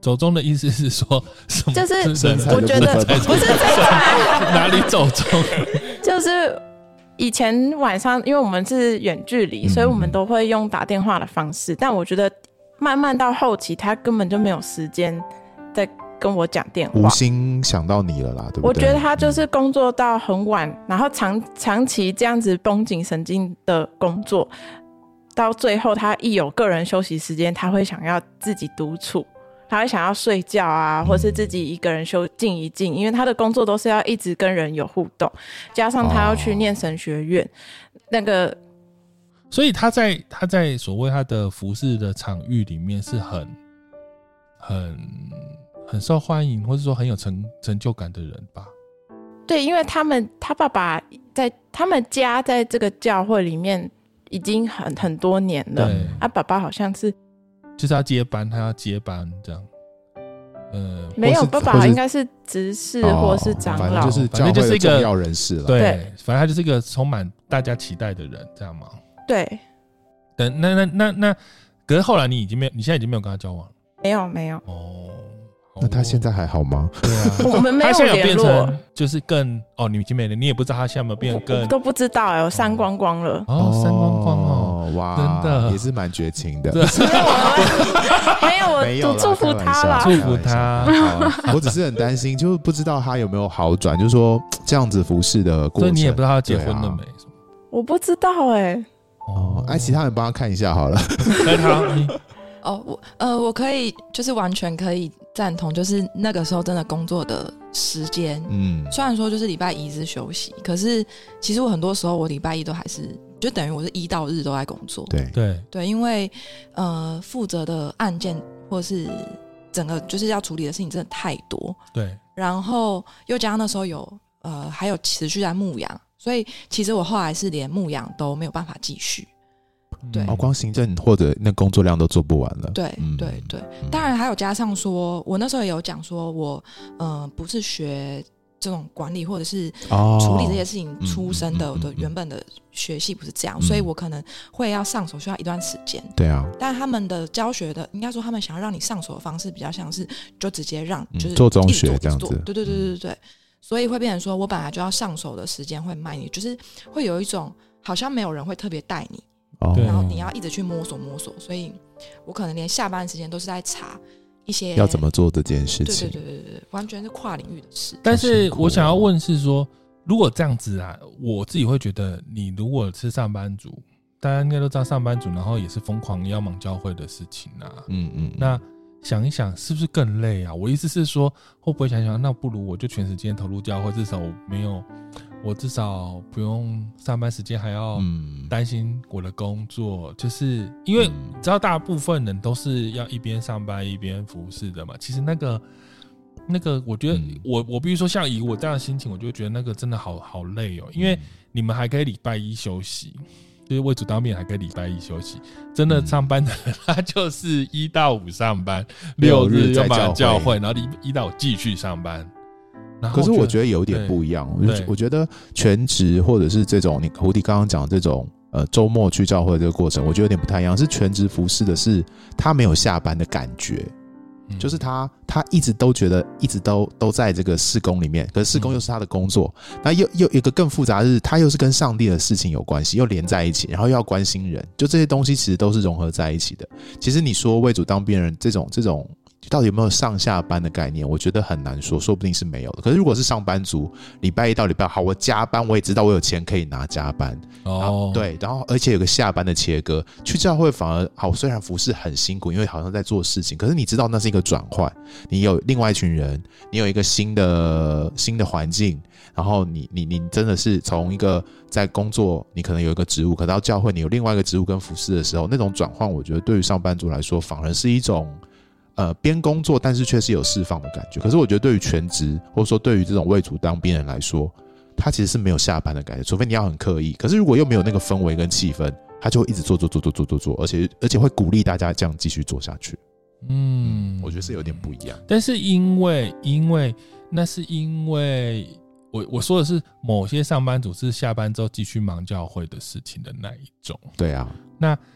走中的意思是说什么？ 就是我觉得不是这种哪里走中？ 就是以前晚上，因为我们是远距离，所以我们都会用打电话的方式。但我觉得慢慢到后期，他根本就没有时间在跟我讲电话， 无心想到你了啦，对不对？ 我觉得他就是工作到很晚，然后长长期这样子绷紧神经的工作，到最后他一有个人休息时间，他会想要自己独处。他会想要睡觉啊，或是自己一个人休静一静，因为他的工作都是要一直跟人有互动，加上他要去念神学院，哦、那个， 所以他在他在所谓他的服事的场域里面是很很很受欢迎，或者说很有成成就感的人吧？ 对，因为他们他爸爸在他们家在这个教会里面已经很很多年了，他、啊、爸爸好像是。 就是要接班，他要接班这样。呃， 没有，爸爸应该是执事或是长老， 哦、反正就是教会的重要人士了。 对，反正他就是一个充满大家期待的人，这样吗？ 对。 等那那那那，可是后来你已经没有，你现在已经没有跟他交往了？ 没有，没有。 哦。 那他现在还好吗？ 对啊， 我们没有联络。他现在有变成就是更哦，你已经没了，你也不知道他现在有没有变更， 都不知道哎、欸，我删光光了。 哦，删光光哦， 哇， 真的也是蛮绝情的。 没有，我没有，我祝福他啦， 祝福他。 我只是很担心，就不知道他有没有好转，就是说这样子服侍的过程， 所以你也不知道他结婚了没？啊、 我不知道哎、欸。 哦，哎，其他人帮他看一下好了。 那他你。 哦，我呃，我可以就是完全可以赞同，就是那个时候真的工作的时间，嗯，虽然说就是礼拜一是休息，可是其实我很多时候我礼拜一都还是就等于我是一到日都在工作， 对对对，因为呃负责的案件或是整个就是要处理的事情真的太多， 对， 然后又加上那时候有呃还有持续在牧养，所以其实我后来是连牧养都没有办法继续。对、 哦，光行政或者那工作量都做不完了。 对、嗯、对对，当然还有加上说，我那时候也有讲说我，呃，不是学这种管理或者是处理这些事情出身的，哦、我的原本的学系不是这样，嗯、所以我可能会要上手需要一段时间。 对啊， 但他们的教学的，应该说他们想要让你上手的方式比较像是就直接让就是嗯、做中学这样子。 对对对对对，所以会变成说我本来就要上手的时间会慢一点，就是会有一种好像没有人会特别带你。 哦、 然后你要一直去摸索摸索，所以我可能连下班时间都是在查一些要怎么做这件事情。 对对对对对，完全是跨领域的事。 但是我想要问是说，如果这样子啊，我自己会觉得，你如果是上班族，大家应该都知道上班族，然后也是疯狂要忙教会的事情啊，嗯嗯，那想一想是不是更累啊？我意思是说，会不会想想，那不如我就全时间投入教会，至少我没有。我至少不用上班时间还要担心我的工作，嗯、就是因为你知道大部分人都是要一边上班一边服侍的嘛。其实那个那个，我觉得我我比如说像以我这样的心情，我就觉得那个真的好好累哦。因为你们还可以礼拜一休息，就是为主当面还可以礼拜一休息。真的上班的人，他就是一到五上班，六日又忙教会，然后一到五继续上班。 可是我觉得有点不一样，我觉得全职或者是这种你胡迪刚刚讲这种呃周末去教会的这个过程，我觉得有点不太一样。是全职服侍的是他没有下班的感觉，嗯、就是他他一直都觉得一直都都在这个事工里面，可是事工又是他的工作，嗯、那又又有一个更复杂的是，他又是跟上帝的事情有关系，又连在一起，然后又要关心人，就这些东西其实都是融合在一起的。其实你说为主当兵人这种这种。到底有没有上下班的概念？我觉得很难说，说不定是没有的。可是如果是上班族，礼拜一到礼拜好，我加班，我也知道我有钱可以拿加班。哦，对，然后而且有个下班的切割，去教会反而好。虽然服侍很辛苦，因为好像在做事情，可是你知道那是一个转换，你有另外一群人，你有一个新的新的环境，然后你你你真的是从一个在工作，你可能有一个职务，可到教会你有另外一个职务跟服侍的时候，那种转换，我觉得对于上班族来说，反而是一种。呃，边工作，但是却是有释放的感觉。可是我觉得，对于全职，或者说对于这种为主当兵人来说，他其实是没有下班的感觉，除非你要很刻意。可是如果又没有那个氛围跟气氛，他就会一直做做做做做做做，而且而且会鼓励大家这样继续做下去。嗯，我觉得是有点不一样。 但是因为因为那是因为我我说的是某些上班族是下班之后继续忙教会的事情的那一种。 对啊， 那。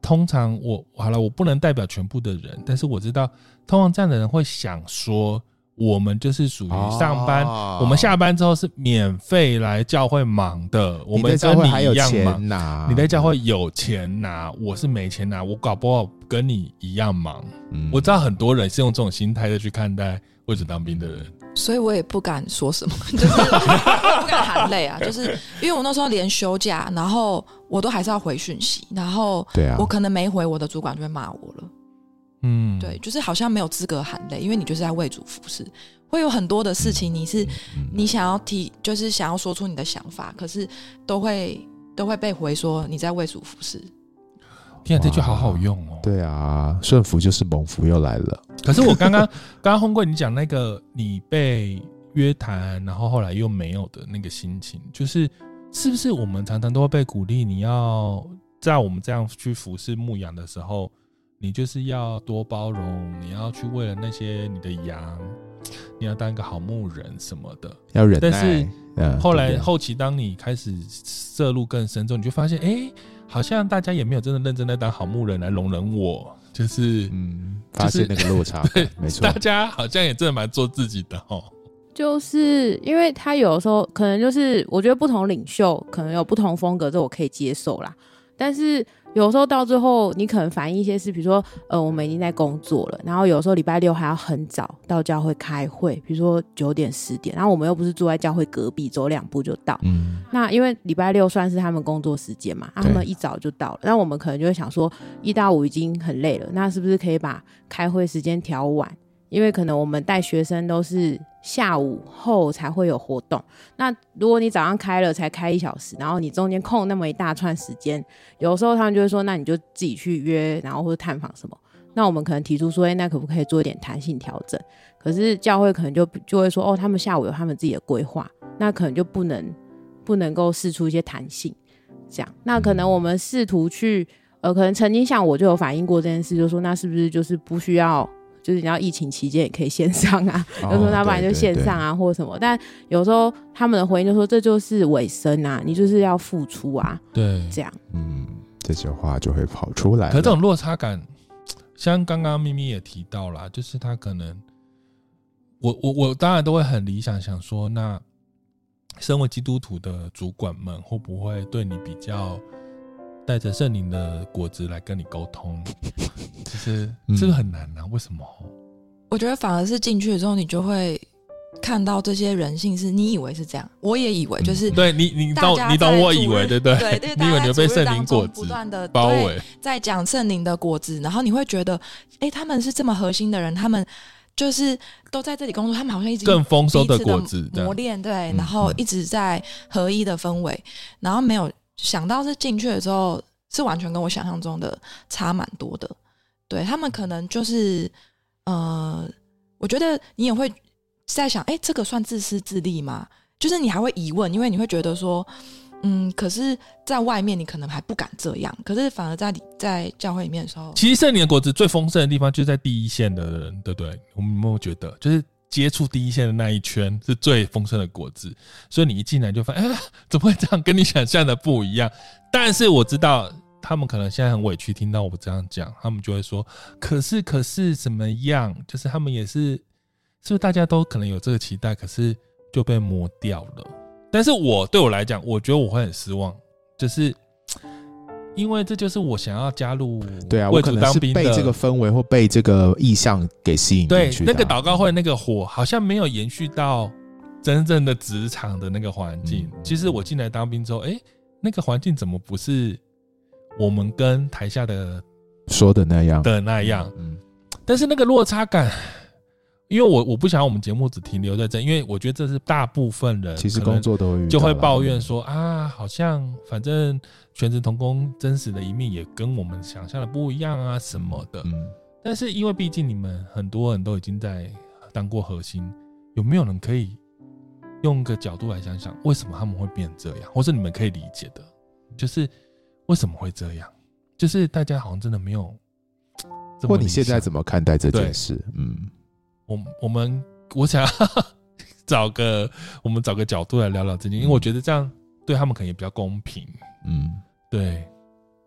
通常我好了，我不能代表全部的人，但是我知道，通常这样的人会想说，我们就是属于上班，哦、我们下班之后是免费来教会忙的，我们跟你一样忙。你在教会有钱拿，我是没钱拿，我搞不好跟你一样忙。嗯、我知道很多人是用这种心态的去看待为主当兵的人。 所以我也不敢说什么，就是不敢含泪啊，就是因为我那时候连休假，然后我都还是要回讯息，然后我可能没回，我的主管就会骂我了。嗯，对，就是好像没有资格含泪，因为你就是在为主服事，会有很多的事情，你是、嗯、你想要提，就是想要说出你的想法，可是都会都会被回说你在为主服事。 天啊，这句好好用哦！ 对啊，顺服就是猛服又来了。 可是我刚刚刚刚轰贵你讲那个你被约谈，然后后来又没有的那个心情，就是是不是我们常常都会被鼓励，你要在我们这样去服侍牧养的时候，你就是要多包容，你要去为了那些你的羊，你要当一个好牧人什么的， 要忍耐。 但是后来、嗯、后期当你开始涉入更深之后，你就发现，哎、欸。好像大家也没有真的认真在当好牧人来容忍我，就是嗯， 发现那个落差，对，没错， 大家好像也真的蛮做自己的哦。 就是因为他有的时候可能就是我觉得不同领袖可能有不同风格，这我可以接受啦。但是有时候到最后，你可能反映一些事，比如说呃，我们已经在工作了，然后有时候礼拜六还要很早到教会开会，比如说九点十点，然后我们又不是住在教会隔壁，走两步就到。嗯，那因为礼拜六算是他们工作时间嘛，他们一早就到了，那我们可能就会想说，一到五已经很累了，那是不是可以把开会时间调晚？因为可能我们带学生都是下午后才会有活动，那如果你早上开了才开一小时，然后你中间空那么一大串时间，有时候他们就会说那你就自己去约，然后或者探访什么，那我们可能提出说、欸、那可不可以做一点弹性调整，可是教会可能就就会说哦，他们下午有他们自己的规划，那可能就不能不能够释出一些弹性这样，那可能我们试图去呃，可能曾经像我就有反映过这件事，就说那是不是就是不需要就是你要疫情期间也可以线上啊，有时候要不然就线上啊或什么，但有时候他们的回应就说这就是委身啊，你就是要付出啊， 对， 这样， 嗯，这些话就会跑出来了。 可这种落差感，像刚刚咪咪也提到啦，就是他可能，我我我当然都会很理想想说，那身为基督徒的主管们会不会对你比较带着圣灵的果子来跟你沟通，其实这个很难啊、嗯、为什么？ 我觉得反而是进去之后你就会看到这些人性是你以为是这样，我也以为就是、嗯、 对你你懂你懂我以为对对对对， 你以为你被圣灵果子不断的包围， 在讲圣灵的果子，然后你会觉得哎、欸，他们是这么核心的人，他们就是都在这里工作，他们好像一直更丰收的果子磨练，对，然后一直在合一的氛围，然后没有想到是进去了之后是完全跟我想象中的差蛮多的。对，他们可能就是呃，我觉得你也会在想，哎，这个算自私自利吗？就是你还会疑问，因为你会觉得说，嗯，可是在外面你可能还不敢这样，可是反而在在教会里面的时候， 其实圣灵的果子最丰盛的地方就是在第一线的人，对不对？我们有没有觉得，就是接触第一线的那一圈是最丰盛的果子，所以你一进来就发现，哎，怎么会这样？跟你想象的不一样。但是我知道他们可能现在很委屈，听到我这样讲，他们就会说，可是可是怎么样？就是他们也是，是不是大家都可能有这个期待，可是就被磨掉了。但是我对我来讲，我觉得我会很失望，就是因为这就是我想要加入对啊，我可能是被这个氛围或被这个意向给吸引进去的。 对，那个祷告会那个火好像没有延续到真正的职场的那个环境。嗯、其实我进来当兵之后，哎，那个环境怎么不是我们跟台下的说的那样的那样？嗯，但是那个落差感。因为我我不想我们节目只停留在这，因为我觉得这是大部分人其实工作都会就会抱怨说啊，好像反正全职同工真实的一面也跟我们想象的不一样啊什么的。嗯，但是因为毕竟你们很多人都已经在当过核心，有没有人可以用个角度来想想，为什么他们会变这样，或是你们可以理解的，就是为什么会这样？就是大家好像真的没有这么理想。 或你现在怎么看待这件事？嗯。 我我们我想要找个我们找个角度来聊聊这件，因为我觉得这样对他们可能也比较公平。嗯，对，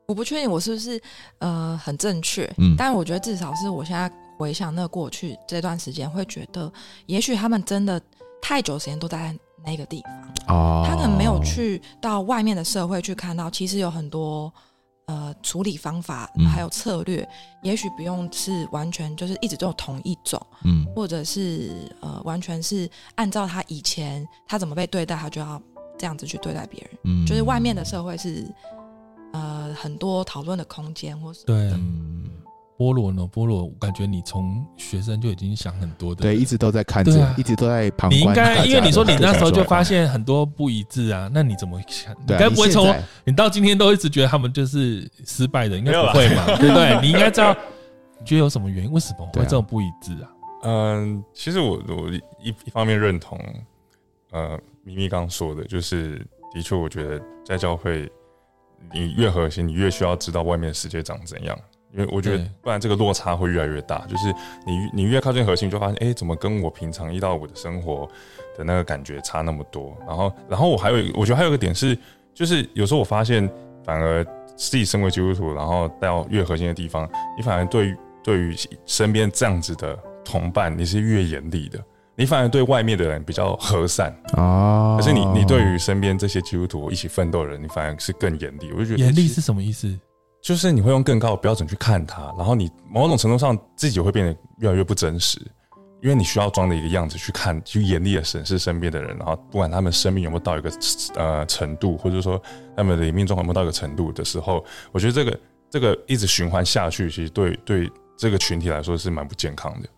我不确定我是不是呃很正确， 嗯， 但我觉得至少是我现在回想那过去这段时间，会觉得也许他们真的太久时间都在那个地方，哦，他可能没有去到外面的社会去看到，其实有很多呃处理方法还有策略，嗯，也许不用是完全就是一直都有同一种，嗯，或者是呃完全是按照他以前他怎么被对待，他就要这样子去对待别人，嗯，就是外面的社会是呃很多讨论的空间，或是对，嗯，菠萝呢？菠萝，感觉你从学生就已经想很多的， 对，一直都在看着，啊，一直都在旁观。 你应该，因为你说你那时候就发现很多不一致啊，那你怎么想？你该不会从 你, 你到今天都一直觉得他们就是失败的，应该不会嘛？对不对？你应该知道，你觉得有什么原因？为什么会这种不一致啊？ 嗯，其实我我一一方面认同，呃，咪咪刚说的，就是的确，我觉得在教会，你越核心，你越需要知道外面的世界长怎样。因为我觉得，不然这个落差会越来越大。就是你你越靠近核心，你就发现，哎，怎么跟我平常一到五的生活的那个感觉差那么多？然后，然后我还有，我觉得还有一个点是，就是有时候我发现，反而自己身为基督徒，然后到越核心的地方，你反而对于对于身边这样子的同伴，你是越严厉的。你反而对外面的人比较和善啊，可是你你对于身边这些基督徒一起奋斗的人，你反而是更严厉。我就觉得严厉是什么意思？ 就是你会用更高的标准去看他，然后你某种程度上自己会变得越来越不真实，因为你需要装的一个样子去看，去严厉的审视身边的人，然后不管他们生命有没有到一个呃程度，或者说他们的灵命状况有没有到一个程度的时候，我觉得这个这个一直循环下去，其实对对这个群体来说是蛮不健康的。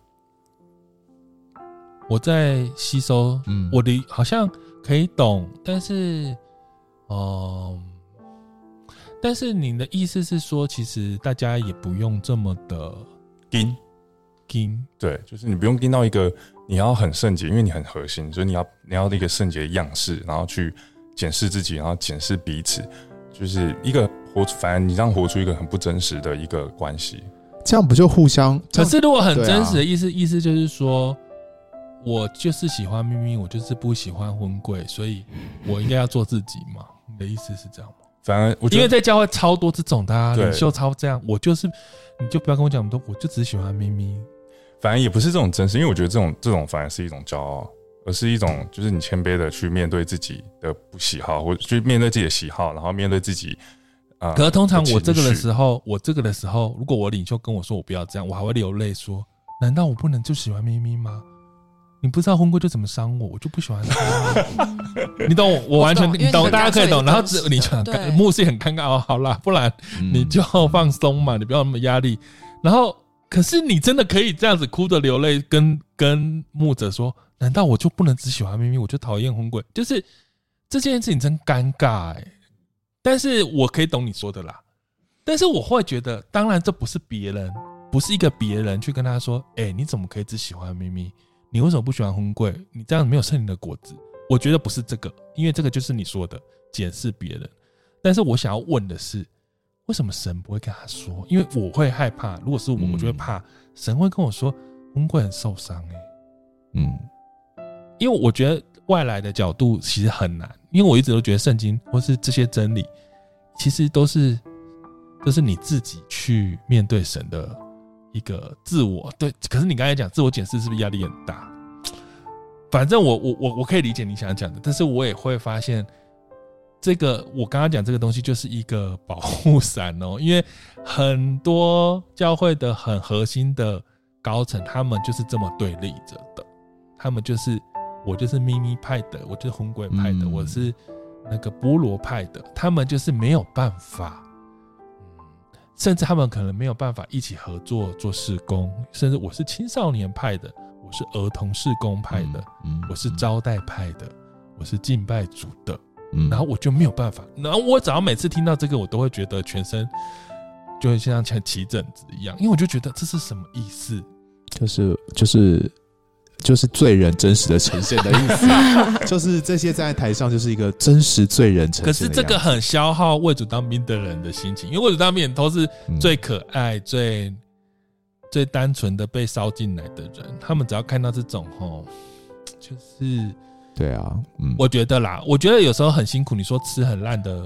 我在吸收，嗯，我的好像可以懂，但是，哦、呃。但是你的意思是说，其实大家也不用这么的盯盯， 对，就是你不用盯到一个你要很圣洁，因为你很核心，所以你要你要一个圣洁的样式，然后去检视自己，然后检视彼此，就是一个活，反正你这样活出一个很不真实的一个关系， 这样不就互相？ 可是如果很真实的意思，啊、意思就是说，我就是喜欢咪咪，我就是不喜欢婚贵，所以我应该要做自己嘛？你的意思是这样吗？ 反而我觉得， 因为在教会超多这种的、啊，领袖超这样，我就是你就不要跟我讲那么多，我就只喜欢咪咪。 反而也不是这种真实，因为我觉得这种这种反而是一种骄傲，而是一种就是你谦卑的去面对自己的不喜好，或去面对自己的喜好，然后面对自己。呃、 可是通常我这个的时候，我这个的时候，如果我领袖跟我说我不要这样，我还会流泪说：难道我不能就喜欢咪咪吗？你不知道婚贵就怎么伤我，我就不喜欢他。你懂我，我完全你懂，大家可以懂。然后你就牧师很尴尬哦，好啦，不然你就放松嘛，你不要那么压力。然后，可是你真的可以这样子哭着流泪，跟跟牧者说：难道我就不能只喜欢咪咪，我就讨厌婚贵？就是这件事情真尴尬哎、欸。但是我可以懂你说的啦。但是我会觉得，当然这不是别人，不是一个别人去跟他说：哎、欸，你怎么可以只喜欢咪咪？你为什么不喜欢婚贵？你这样没有圣灵的果子。我觉得不是这个，因为这个就是你说的检视别人。但是我想要问的是，为什么神不会跟他说？因为我会害怕，如果是我，我就会怕神会跟我说婚贵很受伤哎、欸。嗯，因为我觉得外来的角度其实很难，因为我一直都觉得圣经或是这些真理，其实都是都是你自己去面对神的一个自我。对，可是你刚才讲自我检视是不是压力很大？反正我我我我可以理解你想讲的，但是我也会发现，这个我刚刚讲这个东西就是一个保护伞哦，因为很多教会的很核心的高层，他们就是这么对立着的，他们就是我就是咪咪派的，我就是婚贵派的、嗯，我是那个菠萝派的，他们就是没有办法。甚至他们可能没有办法一起合作做事工，甚至我是青少年派的，我是儿童事工派的、嗯嗯，我是招待派的，我是敬拜主的、嗯，然后我就没有办法。然后我只要每次听到这个，我都会觉得全身就会像起疹子一样，因为我就觉得这是什么意思？ 就是就是。就是罪人真实的呈现的意思，就是这些站在台上就是一个真实罪人呈现的样子。 可是这个很消耗为主当兵的人的心情，因为为主当兵都是最可爱、嗯、最最单纯的被烧进来的人，他们只要看到这种吼，就是对啊，嗯， 我觉得啦，我觉得有时候很辛苦。你说吃很烂的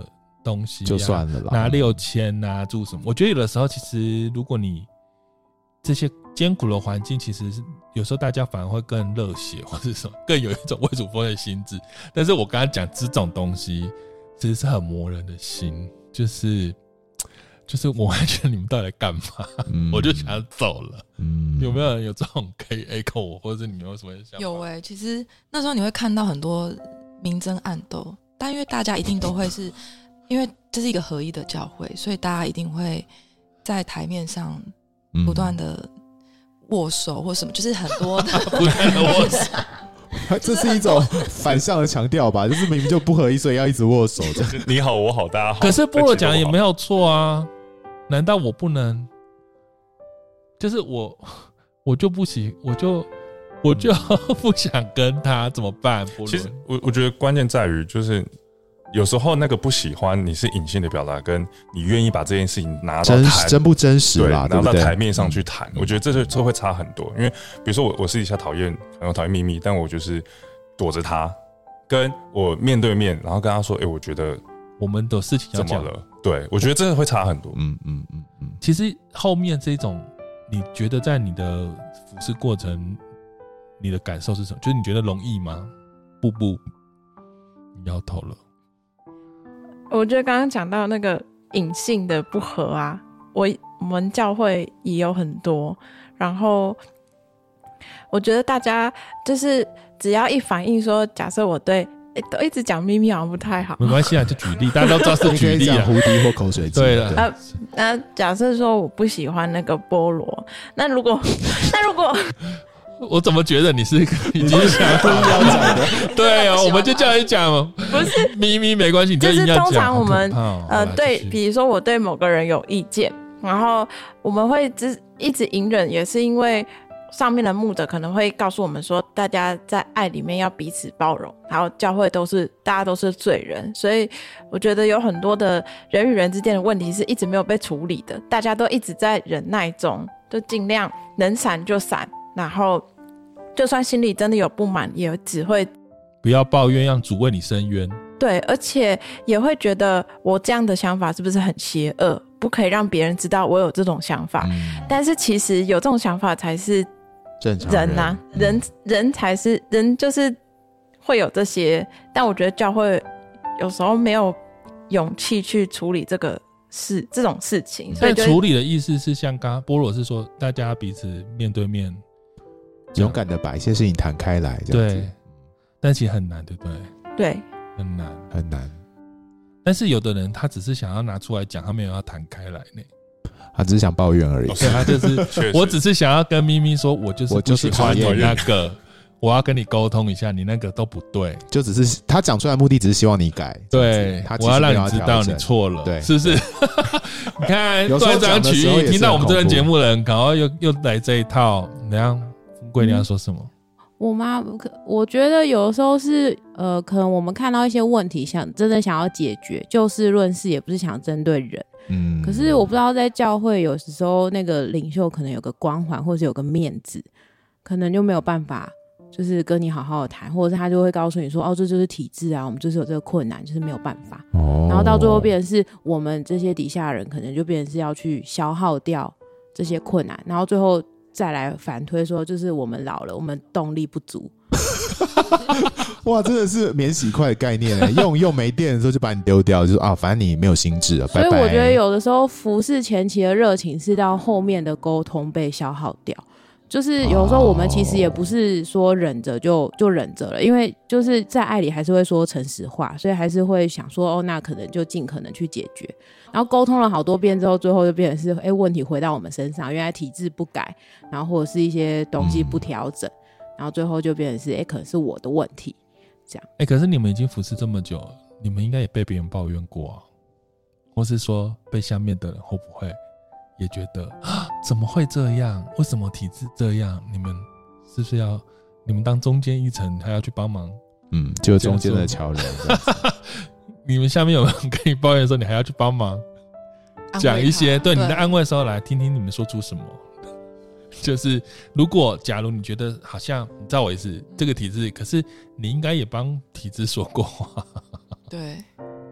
东西、啊、 就算了啦， 拿六千啊，住什么？我觉得有的时候其实如果你这些艰苦的环境，其实是有时候大家反而会更热血，或者什么更有一种为主风的心智。但是我刚刚讲这种东西，其实是很磨人的心，就是就是我会觉得你们到底在干嘛？嗯、我就想走了。嗯，有没有人有这种可以 echo 我，或者是你们有什么想法？ 有哎、欸，其实那时候你会看到很多明争暗斗，但因为大家一定都会是，因为这是一个合一的教会，所以大家一定会在台面上不断的握手或什么，就是很多的不断的握手。 这是一种反向的强调吧，就是明明就不合一，所以要一直握手。 你好，我好，大家好。 可是菠萝讲也没有错啊，难道我不能？就是我，我就不喜，我就我就不想跟他怎么办？ 其实我我觉得关键在于就是。有时候那个不喜欢你是隐性的表达，跟你愿意把这件事情拿到台真不真实啦， 拿到台面上去谈，我觉得这就这会差很多。因为比如说我我私底下讨厌很讨厌秘密，但我就是躲着他，跟我面对面，然后跟他说，哎、欸，我觉得我们的事情要讲了，对我觉得这个会差很多。 嗯嗯嗯嗯。 其实后面这种，你觉得在你的服事过程，你的感受是什么？就是你觉得容易吗？不不，你摇头了。 我觉得刚刚讲到那个隐性的不合啊，我我们教会也有很多，然后我觉得大家就是只要一反映说，假设我对、欸、都一直讲秘密好像不太好， 没关系啊，就举例，大家都知道是举例啊， 蝴蝶或口水鸡。 对了， 呃，那假设说我不喜欢那个菠萝，那如果那如果。 我怎么觉得你是已经想要讲的？对啊，我们就这样讲， 不是咪咪没关系，你就就是通常我们、 哦、 呃对，比如说我对某个人有意见，然后我们会只一直隐忍，也是因为上面的牧者可能会告诉我们说，大家在爱里面要彼此包容，然后教会都是大家都是罪人，所以我觉得有很多的人与人之间的问题是一直没有被处理的，大家都一直在忍耐中，就尽量能闪就闪。然后就算心里真的有不满，也只会不要抱怨，让主为你伸冤。 对，而且也会觉得我这样的想法是不是很邪恶，不可以让别人知道我有这种想法、嗯、但是其实有这种想法才是正常人啊，人、嗯、人才是人，就是会有这些，但我觉得教会有时候没有勇气去处理这个事这种事情。 但处理的意思是像刚刚菠萝是说，大家彼此面对面勇敢的把一些事情谈开来，这样子。 对，但其实很难，对不对？ 对， 很难很难。 但是有的人他只是想要拿出来讲，他没有要谈开来呢， 他只是想抱怨而已。 对，他就是我只是想要跟咪咪说，我就是不喜欢你那个，我要跟你沟通一下，你那个都不对。 就只是他讲出来的目的，只是希望你改。 对， 他我要让你知道你错了，对，是不是？你看断章取义，听到我们这个节目的人，赶快又又来这一套，怎样？富贵，你要说什么？ 我妈，我觉得有的时候是呃，可能我们看到一些问题，想真的想要解决，就事论事，也不是想针对人。嗯，可是我不知道在教会有时候那个领袖可能有个光环，或者有个面子，可能就没有办法，就是跟你好好的谈，或者是他就会告诉你说，哦，这就是体制啊，我们就是有这个困难，就是没有办法。哦，然后到最后变成是我们这些底下的人，可能就变成是要去消耗掉这些困难，然后最后再来反推说，就是我们老了，我们动力不足。 哇，真的是免洗筷的概念耶，用用没电的时候就把你丢掉，就是啊，反正你没有心智了，拜拜。 所以我觉得有的时候服事前期的热情是到后面的沟通被消耗掉。就是有时候我们其实也不是说忍着就就忍着了，因为就是在爱里还是会说诚实话，所以还是会想说哦，那可能就尽可能去解决。然后沟通了好多遍之后，最后就变成是哎，问题回到我们身上，原来体制不改，然后或者是一些东西不调整，嗯、然后最后就变成是哎，可能是我的问题这样。 哎，可是你们已经服侍这么久了，你们应该也被别人抱怨过啊，或是说被下面的人会不会也觉得啊，怎么会这样？为什么体制这样？你们是不是要你们当中间一层，还要去帮忙？ 嗯，就中间的桥梁。 你们下面有人跟你抱怨的时候，你还要去帮忙讲一些？对，你在安慰的时候，来听听你们说出什么。就是如果假如你觉得好像你知道我意思，这个体制，可是你应该也帮体制说过话。 对。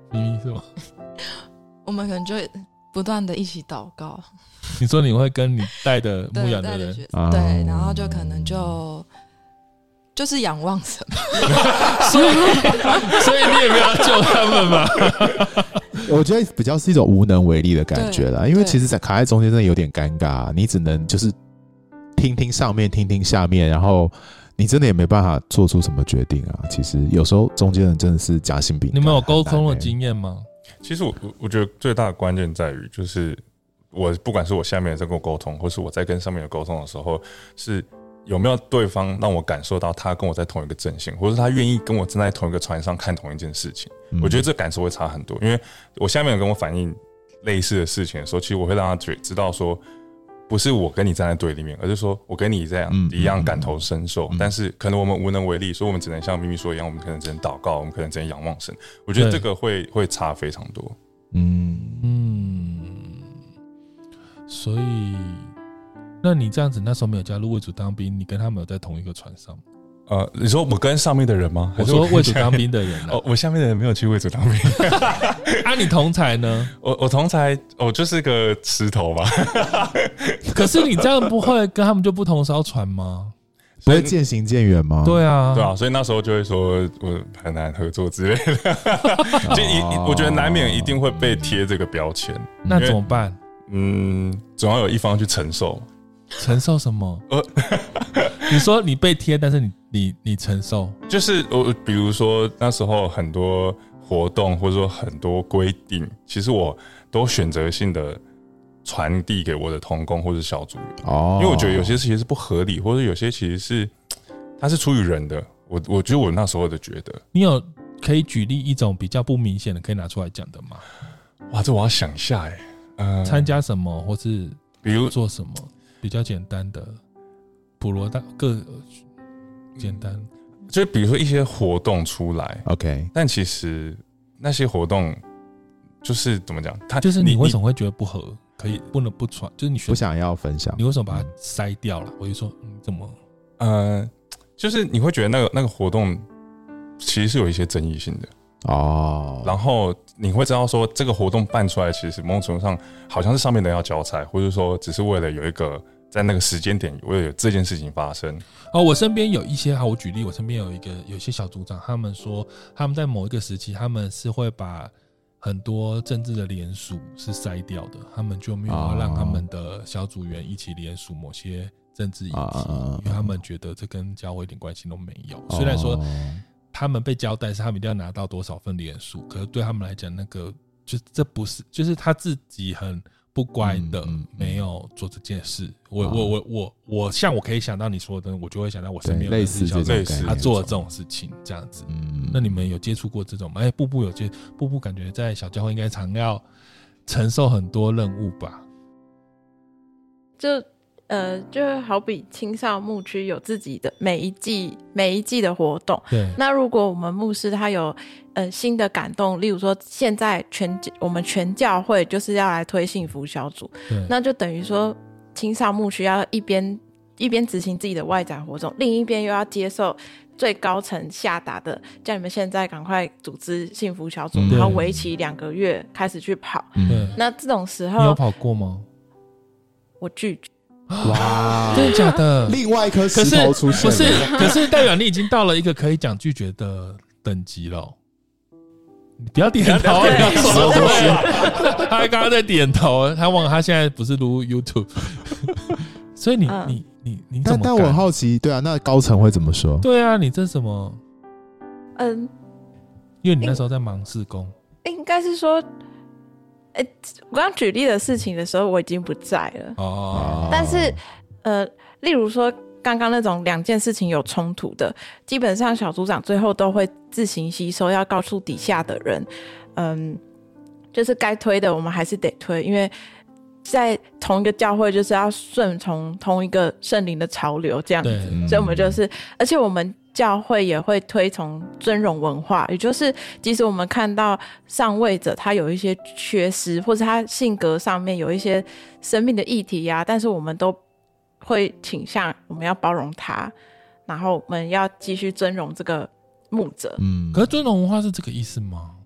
秘密是吗？ 我们可能就不断的一起祷告。 你说你会跟你带的牧养的人， 对，对，然后就可能就就是仰望神， 所以所以你也没有要救他们嘛？ 我觉得比较是一种无能为力的感觉啦，因为其实在卡在中间真的有点尴尬，你只能就是听听上面，听听下面，然后你真的也没办法做出什么决定啊。其实有时候中间人真的是夹心饼干。 你们有沟通的经验吗？ 其实我我觉得最大的关键在于，就是我不管是我下面在跟我沟通，或是我在跟上面有沟通的时候，是有没有对方让我感受到他跟我在同一个阵线，或是他愿意跟我站在同一个船上看同一件事情。嗯、我觉得这感受会差很多，因为我下面有跟我反映类似的事情的时候，其实我会让他知道说，不是我跟你站在对立面，而是说我跟你这样、嗯、一样感同身受、嗯，但是可能我们无能为力，所以我们只能像咪咪说一样，我们可能只能祷告，我们可能只能仰望神。我觉得这个会会差非常多。 嗯嗯，所以那你这样子那时候没有加入为主当兵，你跟他们有在同一个船上吗？ 呃，你说我跟上面的人吗？ 我说为主当兵的人、啊、 哦，我下面的人没有去为主当兵。 啊，你同才呢？ 我我同才，我就是个石头吧。 可是你这样不会跟他们就不同艘船吗？ 不会渐行渐远吗？ 对啊， 对啊，所以那时候就会说我很难合作之类的。就一我觉得难免一定会被贴这个标签， 那怎么办？ 嗯，总要有一方去承受。 承受什么？呃，你说你被贴，但是你你你承受， 就是我比如说那时候很多活动或者说很多规定，其实我都选择性的传递给我的同工或者小组员。哦，因为我觉得有些其实是不合理，或者有些其实是它是出于人的。我我觉得我那时候的觉得， 你有可以举例一种比较不明显的可以拿出来讲的吗？ 哇，这我要想一下哎、 呃，参加什么或是比如做什么？比较简单的普罗大各简单， 就比如说一些活动出来 ，OK， 但其实那些活动就是怎么讲？它就是你为什么会觉得不合，可以不能不传？就是你不想要分享， 你为什么把它筛掉了？我就说你怎么？ 呃，就是你会觉得那个那个活动其实是有一些争议性的哦，然后你会知道说这个活动办出来，其实某种程度上好像是上面的人要交差，或者说只是为了有一个在那个时间点为了有这件事情发生。 哦，我身边有一些，好，我举例，我身边有一个有些小组长，他们说他们在某一个时期，他们是会把很多政治的联署是筛掉的，他们就没有要让他们的小组员一起联署某些政治议题，因为他们觉得这跟教会一点关系都没有。虽然说他们被交代是他们一定要拿到多少份联署，可是对他们来讲，那个就这不是，就是他自己很不乖的，嗯嗯、没有做这件事。我、哦、我我我我，像我可以想到你说的，我就会想到我身边有类似这种他做了这种事情，这样子。嗯，那你们有接触过这种吗？哎，步步有接，步步感觉在小教会应该常要承受很多任务吧？ 就。呃，就好比青少牧区有自己的每一季每一季的活动， 对。 那如果我们牧师他有呃新的感动，例如说现在全我们全教会就是要来推幸福小组，那就等于说青少牧区要一边一边执行自己的外展活动，另一边又要接受最高层下达的，叫你们现在赶快组织幸福小组，然后为期两个月开始去跑。 对。 那这种时候， 你有跑过吗？ 我拒绝。 哇， 真的假的？ 另外一颗石头出现了， 不是，可是代表你已经到了一个可以讲拒绝的等级了。你不要点头，不要说东西。他刚刚在点头，他忘了他现在不是录 YouTube， 所以你、嗯、你你你怎么？ 但但我很好奇，对啊，那高层会怎么说？ 对啊，你这什么？ 嗯， 因为你那时候在忙事工， 应该是说。欸、我刚举例的事情的时候我已经不在了哦，但是呃，例如说刚刚那种两件事情有冲突的，基本上小组长最后都会自行吸收，要告诉底下的人，嗯，就是该推的我们还是得推，因为在同一个教会就是要顺从同一个圣灵的潮流这样子，所以我们就是，而且我们教会也会推崇尊荣文化，也就是即使我们看到上位者他有一些缺失，或者他性格上面有一些生命的议题啊，但是我们都会倾向我们要包容他，然后我们要继续尊荣这个牧者。 嗯，可是尊荣文化是这个意思吗？ 对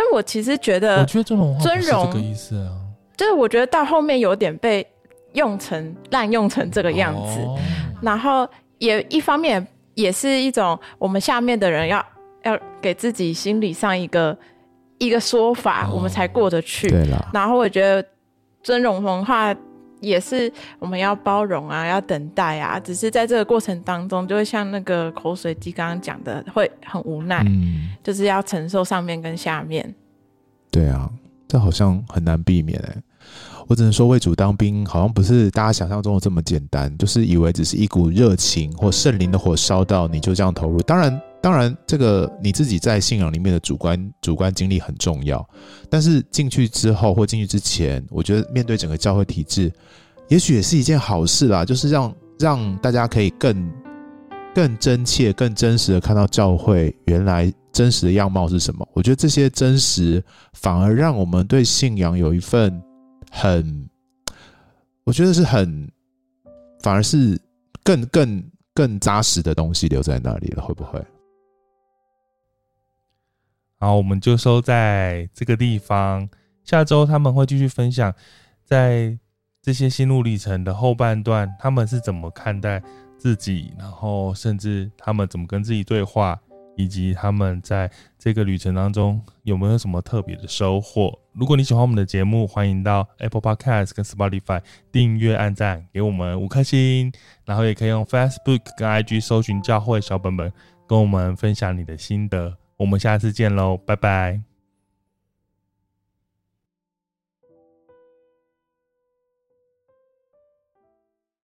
为我其实觉得， 我觉得尊荣文化不是尊荣这个意思啊， 就是我觉得到后面有点被用成滥用成这个样子， 哦、 然后也一方面也是一种我们下面的人要要给自己心理上一个一个说法，哦、我们才过得去。 对啦， 然后我觉得尊荣文化也是我们要包容啊，要等待啊，只是在这个过程当中，就会像那个口水鸡刚刚讲的，会很无奈，嗯，就是要承受上面跟下面。 对啊，这好像很难避免哎、欸。我只能说，为主当兵好像不是大家想象中的这么简单，就是以为只是一股热情或圣灵的火烧到，你就这样投入。当然，当然，这个你自己在信仰里面的主观主观经历很重要，但是进去之后或进去之前，我觉得面对整个教会体制，也许也是一件好事啦，就是让让大家可以更更真切、更真实的看到教会原来真实的样貌是什么。我觉得这些真实反而让我们对信仰有一份很，我觉得是很，反而是更更更扎实的东西留在那里了，会不会？ 好，我们就收在这个地方。下周他们会继续分享，在这些心路历程的后半段，他们是怎么看待自己，然后甚至他们怎么跟自己对话，以及他们在这个旅程当中有没有什么特别的收获。如果你喜欢我们的节目，欢迎到 Apple Podcast 跟 Spotify 订阅按赞，给我们五颗星，然后也可以用 Facebook 跟 I G 搜寻教会小本本，跟我们分享你的心得。我们下次见咯，拜拜。